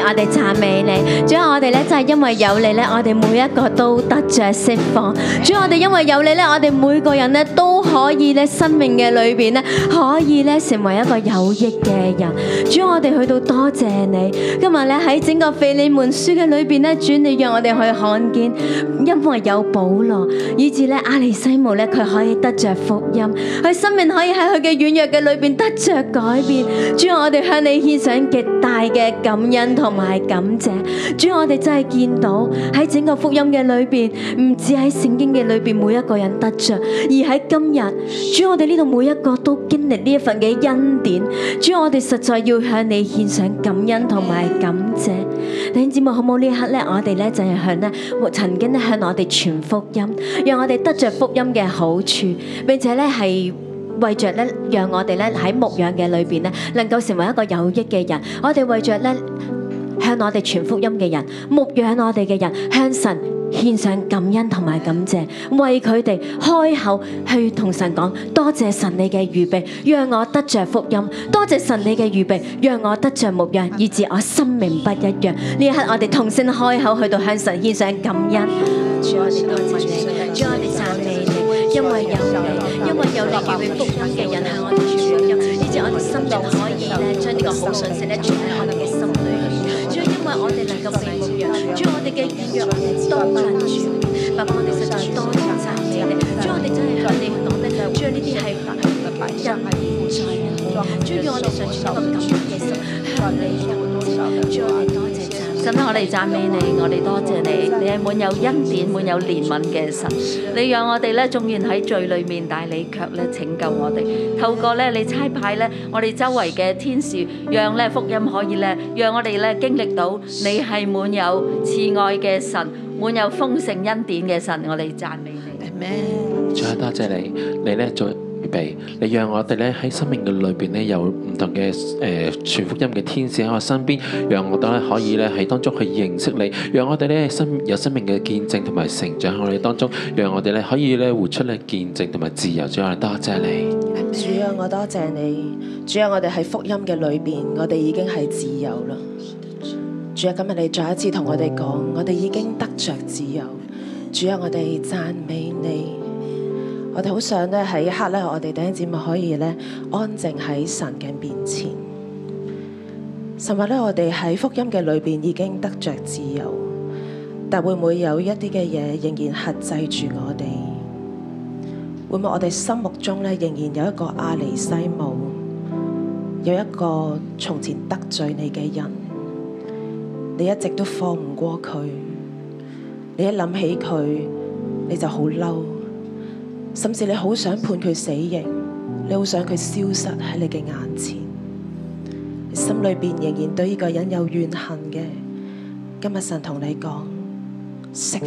我哋讚美你。主啊，我哋咧真係因為有你咧，我哋每一個都得着釋放。主啊，我哋因為有你咧，我哋每個人咧都可以咧生命嘅裏邊咧，可以咧成為一個有益嘅人。主啊，我哋去到多謝你。今日咧喺整個腓利門書嘅裏邊咧，主你讓我哋去看見，因為有保羅，以致咧阿尼西姆咧佢可以得着福音，佢生命可以喺佢嘅軟弱嘅裏邊得着改變。主啊，我哋向你獻上極大嘅感恩同埋感謝。主啊，我哋真係見到喺整個福音嘅裏邊，唔止喺聖經嘅裏邊每一個人得着，而喺今日，主啊，我哋呢度每一個都經歷呢一份嘅恩典。主啊，我哋實在要向你獻上感恩同埋感謝。弟兄姊妹，好唔好呢一刻咧？我哋咧就係向咧曾經咧向我哋傳福音，讓我哋得着福音嘅好處，並且咧係為着咧讓我哋咧喺牧養嘅裏邊咧能夠成為一個有益嘅人。我哋為着咧向我哋傳福音嘅人、牧養我哋嘅人，向神獻上感恩同埋感謝，為佢哋開口去同神講：多謝神你嘅預備，讓我得着福音；多謝神你嘅預備，讓我得着牧養，以致我生命不一樣。呢一刻我哋同聲開口去到向神獻上感恩。主，我哋多謝你，主，我哋讚美你，因為有你，因為有你預備福音嘅人向我哋傳福音，以致我哋心靈可以咧將呢個好信息咧傳喺我哋嘅心裏面。主，因為我哋能夠被牧養，主，我哋嘅軟弱我哋都能轉變。爸爸，我哋實在多謝讚美你。主，我哋真係向你講咧，主啊，呢啲係人在人，主要我哋上傳一個感恩嘅心向你感謝。主，我哋多謝讚美。 神啊，我哋讚美你，我哋多謝你，你係滿有恩典、滿有憐憫嘅神。你讓我哋咧，縱然喺罪裏面，但係你卻咧拯救我哋。透過咧你差派咧我哋周圍嘅天使，讓咧福音可以咧，讓我哋咧經歷到你係滿有慈愛嘅神，滿有豐盛恩典嘅神。我哋讚美你。 Amen。 主啊，多謝你，你咧做預備，你讓我哋咧喺生命嘅裏邊咧有唔同嘅傳福音嘅天使喺我身邊，讓我哋咧可以咧喺當中去認識你，讓我哋咧有生命嘅見證同埋成長喺我哋當中，讓我哋咧可以咧活出咧見證同埋自由。主啊，多謝你。 主啊，我多謝你。主啊，我哋喺福音嘅裏邊，我哋已經係自由啦。主啊，今日你再一次同我哋講，我哋已經得着自由。主啊，我哋讚美你。我哋好想咧喺一刻咧，我哋弟兄姊妹可以咧安靜喺神嘅面前。甚至咧，我哋喺福音嘅裏邊已經得着自由，但會唔會有一啲嘅嘢仍然轄制住我哋？會唔會我哋心目中咧仍然有一個阿尼西姆，有一個從前得罪你嘅人，你一直都放唔過佢，你一諗起佢你就好嬲。甚至你好想判佢死刑，你好想佢消失喺你嘅眼前，你心裏邊仍然對呢個人有怨恨嘅。今日神同你講，釋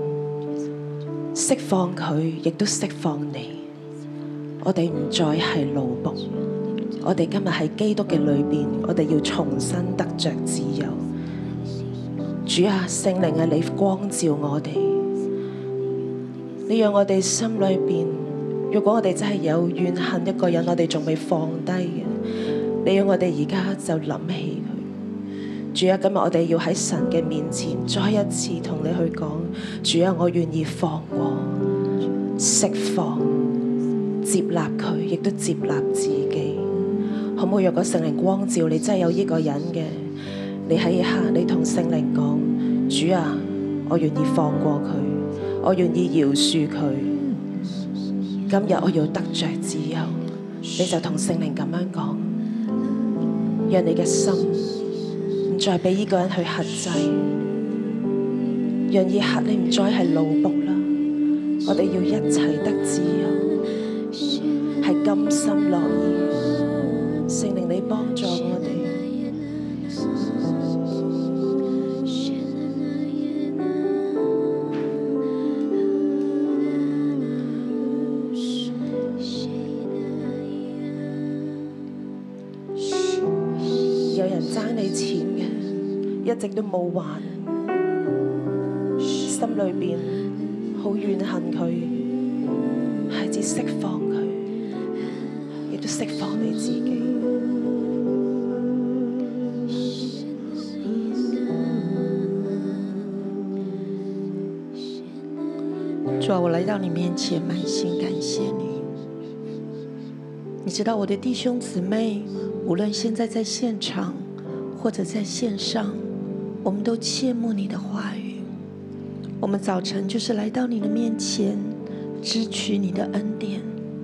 放佢，亦都釋放你。我哋唔再係奴僕，我哋今日喺基督嘅裏邊，我哋要重新得着自由。主啊，聖靈啊，你光照我哋。你讓我哋心裏邊，如果我哋真係有怨恨一個人，我哋仲未放低嘅，你讓我哋而家就諗起佢。主啊，今日我哋要喺神嘅面前再一次同你去講，主啊，我願意放過、釋放、接納佢，亦都接納自己。可唔可以若果聖靈光照你真係有呢個人嘅，你喺一刻你同聖靈講，主啊，我願意放過佢。我願意饒恕佢，今日我要得着自由，你就同聖靈咁樣講，讓你嘅心唔再俾呢個人去轄制，讓呢刻你唔再係奴僕啦，我哋要一齊得自由，係甘心樂意，聖靈你幫助我哋。一直都冇還，心裏邊好怨恨佢，孩子釋放佢，亦都釋放你自己。 主啊，我来到你面前，满心感谢你。你知道我的弟兄姊妹，无论现在在现场或者在线上，我们都切慕你的话语。我们早晨就是来到你的面前，支取你的恩典。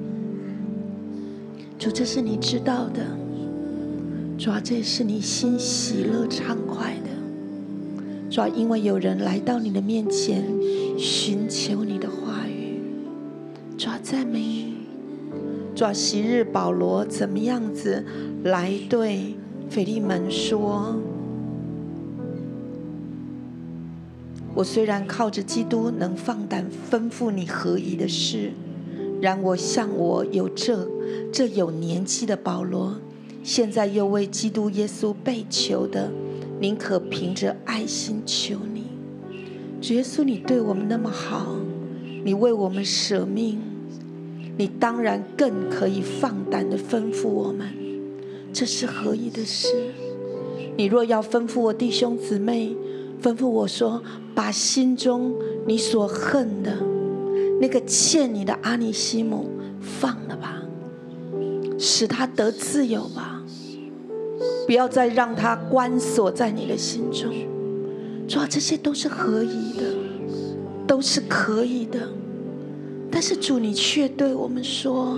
主，这是你知道的。主啊，这也是你心喜乐畅快的。主啊，因为有人来到你的面前，寻求你的话语。主啊，赞美你。主啊，昔日保罗怎么样子来对腓利门说，我虽然靠着基督能放胆吩咐你合宜的事，然我像我有这有年纪的保罗，现在又为基督耶稣被囚的，宁可凭着爱心求你。主耶稣，你对我们那么好，你为我们舍命，你当然更可以放胆的吩咐我们，这是合宜的事。你若要吩咐我弟兄姊妹，吩咐我说，把心中你所恨的那个欠你的阿尼西姆放了吧，使他得自由吧，不要再让他关锁在你的心中。主啊，这些都是合宜的，都是可以的。但是主，你却对我们说，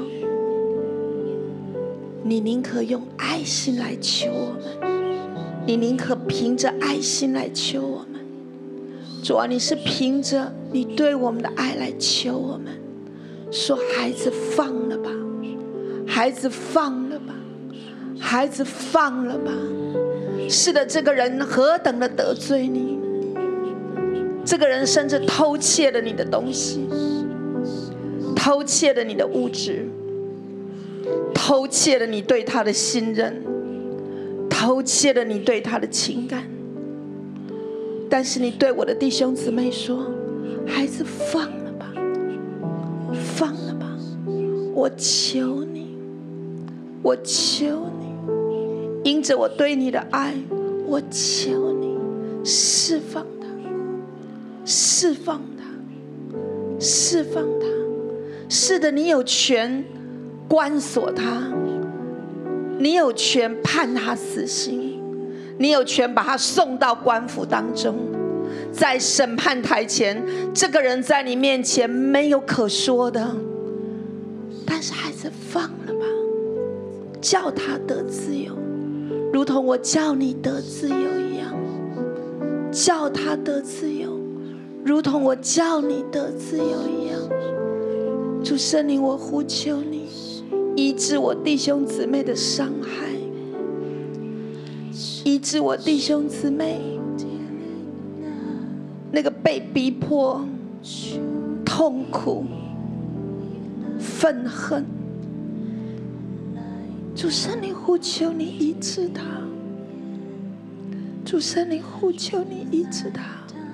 你宁可用爱心来求我们，你宁可凭着爱心来求我们。主啊，你是凭着你对我们的爱来求我们，说孩子放了吧，孩子放了吧，孩子放了吧。是的，这个人何等的得罪你，这个人甚至偷窃了你的东西，偷窃了你的物质，偷窃了你对他的信任，偷窃了你对他的情感。但是你对我的弟兄姊妹说，孩子放了吧，放了吧，我求你，我求你，因着我对你的爱，我求你释放他，释放他，释放他。是的，你有权关锁他，你有权判他死刑，你有权把他送到官府当中。在审判台前，这个人在你面前没有可说的，但是孩子放了吧，叫他得自由，如同我叫你得自由一样，叫他得自由，如同我叫你得自由一样。主圣灵，我呼求你，医治我弟兄姊妹的伤害，医治我弟兄姊妹那个被逼迫、痛苦、愤恨。主圣灵，呼求你医治他，主圣灵，呼求你医治他。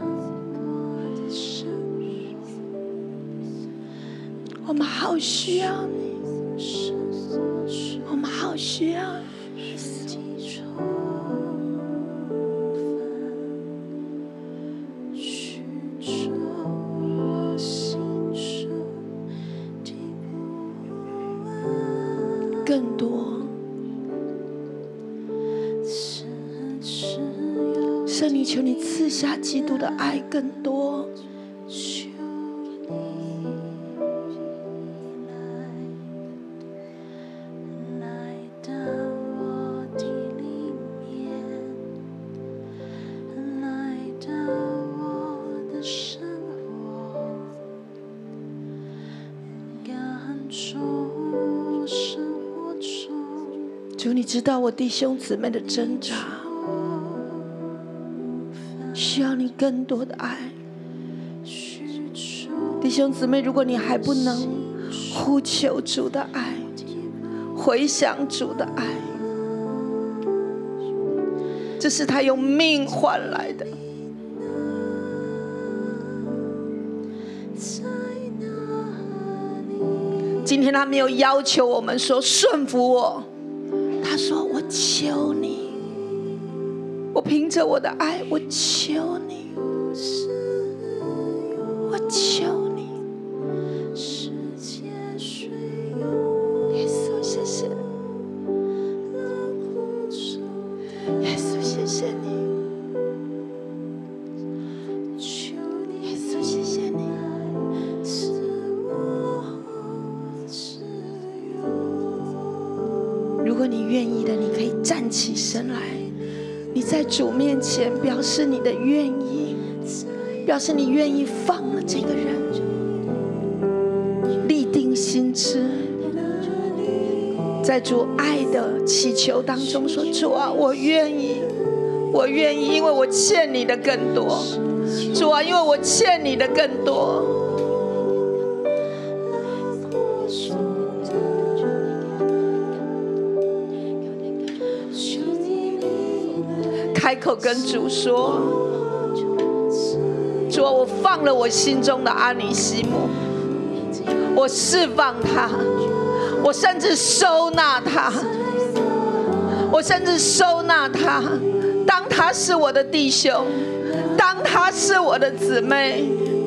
我们好需要你，我们好需要你。更多，圣灵，求你赐下基督的爱更多。主，你知道我弟兄姊妹的挣扎，需要你更多的爱。弟兄姊妹，如果你还不能呼求主的爱，回想主的爱，这是他用命换来的。今天他没有要求我们说顺服我，他说我求你，我凭着我的爱，我求你，我求你。 果你愿意的，你可以站起身来。你在主面前表示你的愿意，表示你愿意放了这个人，立定心志，在主爱的祈求当中说：主啊，我愿意，我愿意，因为我欠你的更多。主啊，因为我欠你的更多。开口跟主说：主啊，我放了我心中的阿尼西姆，我释放他，我甚至收纳他，我甚至收纳他，当他是我的弟兄，当他是我的姊妹。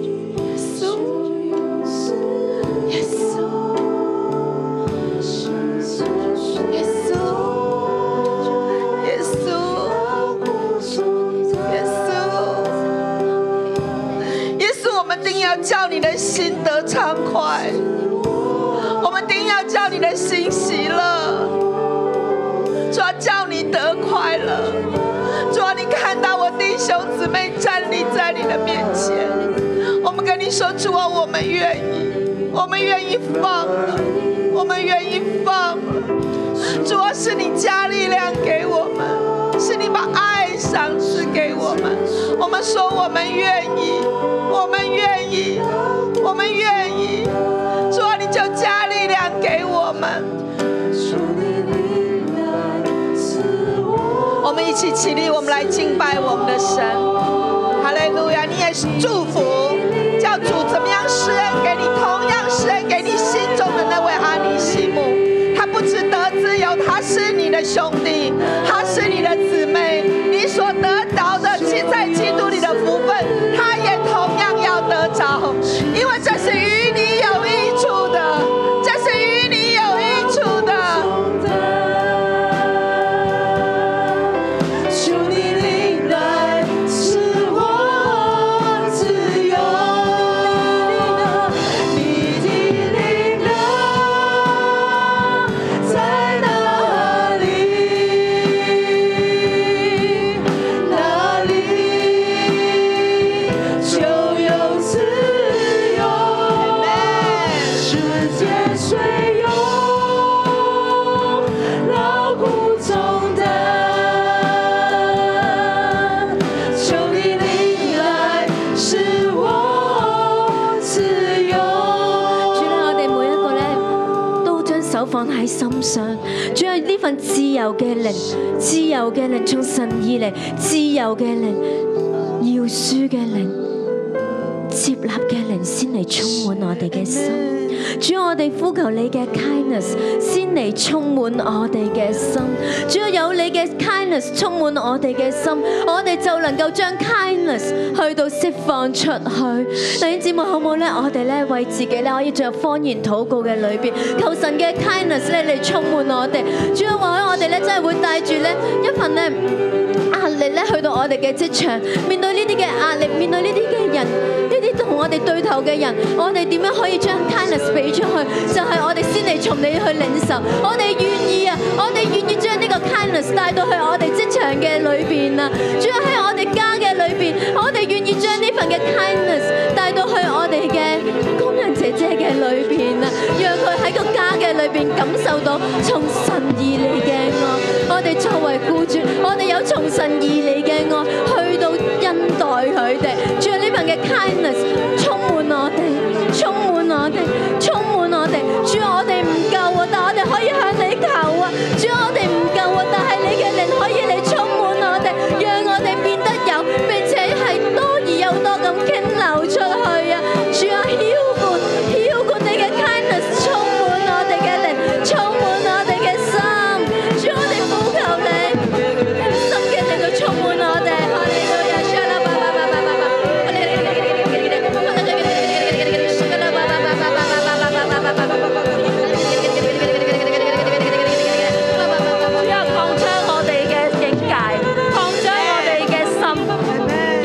叫你的心得畅快，我们定要叫你的心喜乐。主啊，叫你得快乐。主啊，你看到我弟兄姊妹站立在你的面前，我们跟你说：主啊，我们愿意，我们愿意放了，我们愿意放了。主啊，是你加力量给我们，是你把爱赏赐给我们。我们说我们愿意，我们愿意，我们愿意。主啊，你就加力量给我们。我们一起起立，我们来敬拜我们的神。哈利路亚！你也是祝福，叫主怎么样施恩给你，同样施恩给你心中的那位阿尼西姆。他不只得自由，他是你的兄弟，他是你的姊妹。你所得着的在基督里的福分，他也同样要得着，因为这是与你有益处的，这是与你有益处的。主你领来使我自由，你的领来在哪里？哪里就有自由。世界虽有劳苦重担，求你领来使我自由。 主咧，我哋每一個咧都將手放喺心上。主啊，呢份自由嘅靈，自由嘅靈從神而嚟，自由嘅靈，饒恕嘅靈，接納嘅靈先嚟充滿我哋嘅心。主啊，我哋呼求你嘅 kindness 先嚟充滿我哋嘅心。主啊，有你嘅 kindness 充滿我哋嘅心，我哋就能夠將 kindness 去到釋放出去。弟兄姊妹好唔好咧？我哋咧為自己咧可以進入方言禱告嘅裏邊，求神嘅 kindness 咧嚟充滿我哋。主啊，或許我哋咧真係會帶住咧一份咧壓力咧去到我哋嘅職場，面對呢啲嘅壓力，面對呢啲嘅人，呢啲同我哋對頭嘅人，我哋點樣可以將 kindness 俾出去？就係我哋先嚟從你去領受，我哋願意啊，我哋願意將呢個 kindness 帶到去我哋職場嘅裏邊啊，主要喺我哋家嘅裏邊，我哋願意將呢份嘅 kindness 帶到去我哋嘅工人姐姐嘅裏邊啊，讓佢喺個家嘅裏邊感受到從神而嚟嘅愛。我哋作為僱主，我哋有從神而嚟嘅愛，去到恩待佢哋。主啊，呢份嘅 kindness 充滿我哋，充滿我哋，充滿我哋。主啊，我哋唔夠啊，但我哋可以向你求啊。主啊，我哋唔夠啊，但係你嘅靈可以嚟充滿我哋，讓我哋變得有，並且係多而又多咁傾流出去啊。主啊，澆灌你嘅 kindness 充滿我哋嘅靈，充滿我哋嘅心。主，我哋呼求你，心嘅靈去充滿我哋。哈利路亞，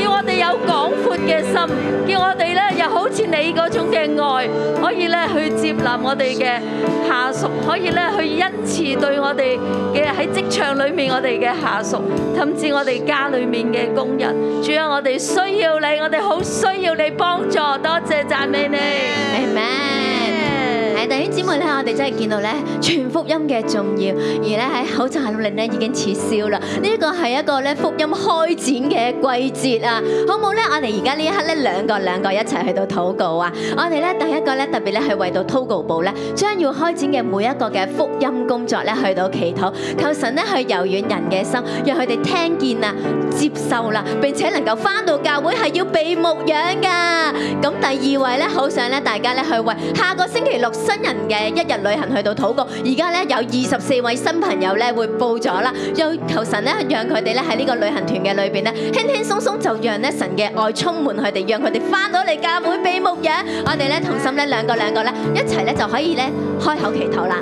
叫我哋咧又好似你嗰種嘅愛，可以咧去接接納我哋嘅下屬，可以咧去恩慈對我哋嘅喺職場裏面我哋嘅下屬，甚至我哋家裏面嘅工人。主啊，我哋需要你，我哋好需要你幫助，多謝讚美你。 Amen。弟兄姊妹咧，我哋真係見到咧傳福音嘅重要，而咧喺口罩令咧已經撤銷啦。呢個係一個咧福音開展嘅季節啊，好唔好咧？我哋而家呢一刻咧兩個一齊去到禱告啊！我哋咧第一個咧特別咧係為到禱告部咧將要開展嘅每一個嘅福音工作咧去到祈禱，求神咧去柔軟人嘅心，讓佢哋聽見啊、接受啦，並且能夠返到教會係要被牧養噶。咁第二位咧，好想咧大家咧去為下個星期六新人嘅一日旅行去到禱告，而家咧有24位新朋友咧會報咗啦，又求神咧讓佢哋咧喺呢個旅行團嘅裏邊咧輕輕鬆鬆就讓咧神嘅愛充滿佢哋，讓佢哋翻到嚟教會被牧養。我哋咧同心咧兩個咧一齊咧就可以咧開口祈禱啦。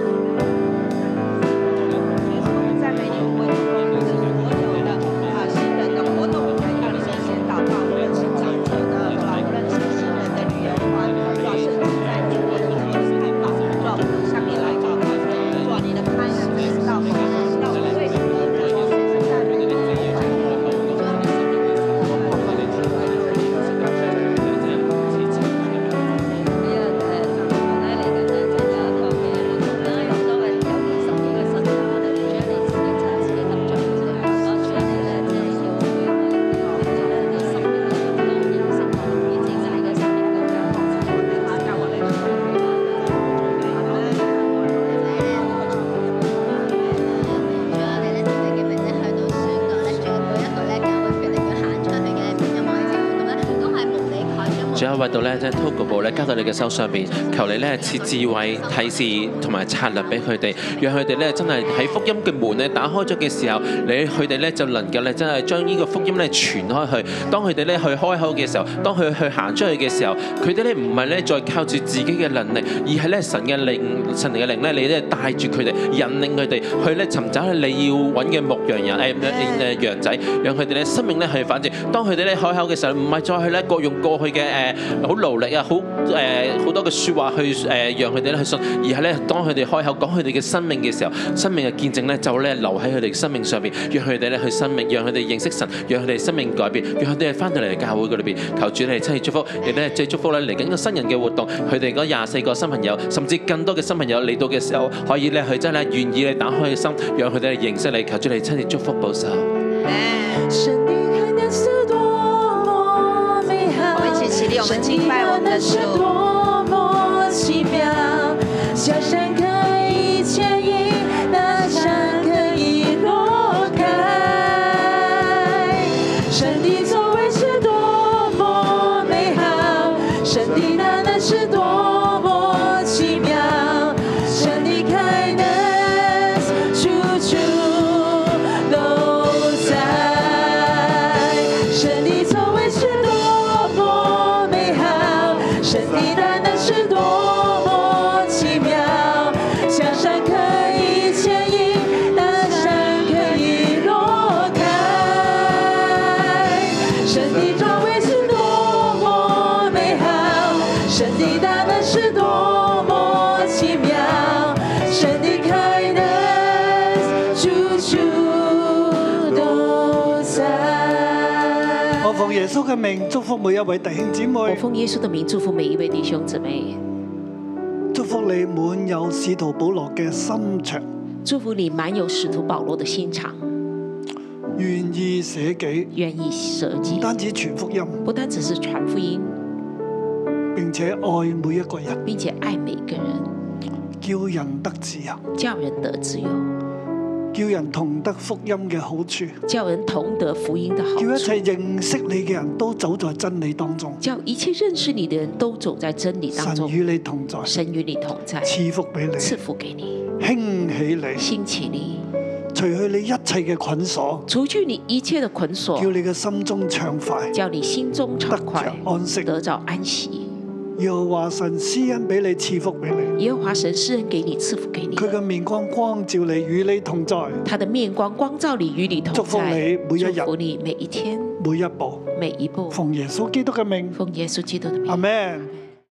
主啊，為到咧即係禱告部咧交到你嘅手上邊，求你咧賜智慧、提示同埋策略俾佢哋，讓佢哋咧真係喺福音嘅門咧打開咗嘅時候，佢哋咧就能夠咧真係將呢個福音咧傳開去。當佢哋咧去開口嘅時候，當佢去行出去嘅時候，佢哋咧唔係咧再靠住自己嘅能力，而係咧神嘅靈咧，你咧帶住佢哋，引領佢哋去咧尋找你要揾嘅牧羊人羊仔，讓佢哋咧生命咧係反正。當佢哋咧開口嘅時候，唔係再去咧用過去嘅好勞力啊，好多嘅説話去讓佢哋咧去信，而係咧當佢哋開口講佢哋嘅生命嘅時候，生命嘅見證咧就咧留喺佢哋生命上邊，讓佢哋咧去生命，讓佢哋認識神，讓佢哋生命改變，讓佢哋翻到嚟教會嗰裏邊，求主你親自祝福，亦咧即係祝福咧嚟緊個新人嘅活動，佢哋嗰24個新朋友，甚至更多嘅新朋友嚟到嘅時候，可以咧佢真係願意你打開嘅心，讓佢哋認識你，求主你親自祝福保守。 我們一起起立，我們敬拜我們的主。多麼奇妙，小山可以牽引，大山可以挪開。神的作為是多麼美好，神的大能是多麼奇妙，神的開能處處都在。神的作為是多麼美好，神的大能是多麼奇妙，小山可以牽引，大山可以挪開。神的作為是多麼美好，神的大能是多麼奇妙，神的開能處處都在。 我奉耶穌嘅名祝福每一位弟兄姊我妹， 奉耶穌的名祝福每一位弟兄姊妹， 祝福你滿有使徒保羅嘅心腸， 祝福你滿有使徒保羅的心腸， 願意捨己， 願意捨己唔，單止傳福音， 不單只是傳福音， 並且愛每一個人， 並且愛每個人， 叫人得自由， 叫人得自由， 叫人同得福音嘅好處， 叫人同得福音的好叫一處， 切認識你嘅人都走在真理當中。 叫一切認識你的人都走在真理當中。 神與你同在， 神與你同在， 賜福俾你， 賜福給你， 興起你， 興起你， 除去你一切嘅捆鎖， 除去你一切的捆鎖， 叫你嘅心中暢快， 叫你心中暢快， 得着安息， 得着安息。 耶和華神施恩俾你，賜福俾你。 耶和華神施恩給你，賜福給你。 佢嘅面光光照你，與你同在。 他的面光光照你，與你同在。 祝福你每一日， 祝福你每一天， 每一步， 每一步。 奉耶穌基督嘅名， 奉耶穌基督的名。 阿門。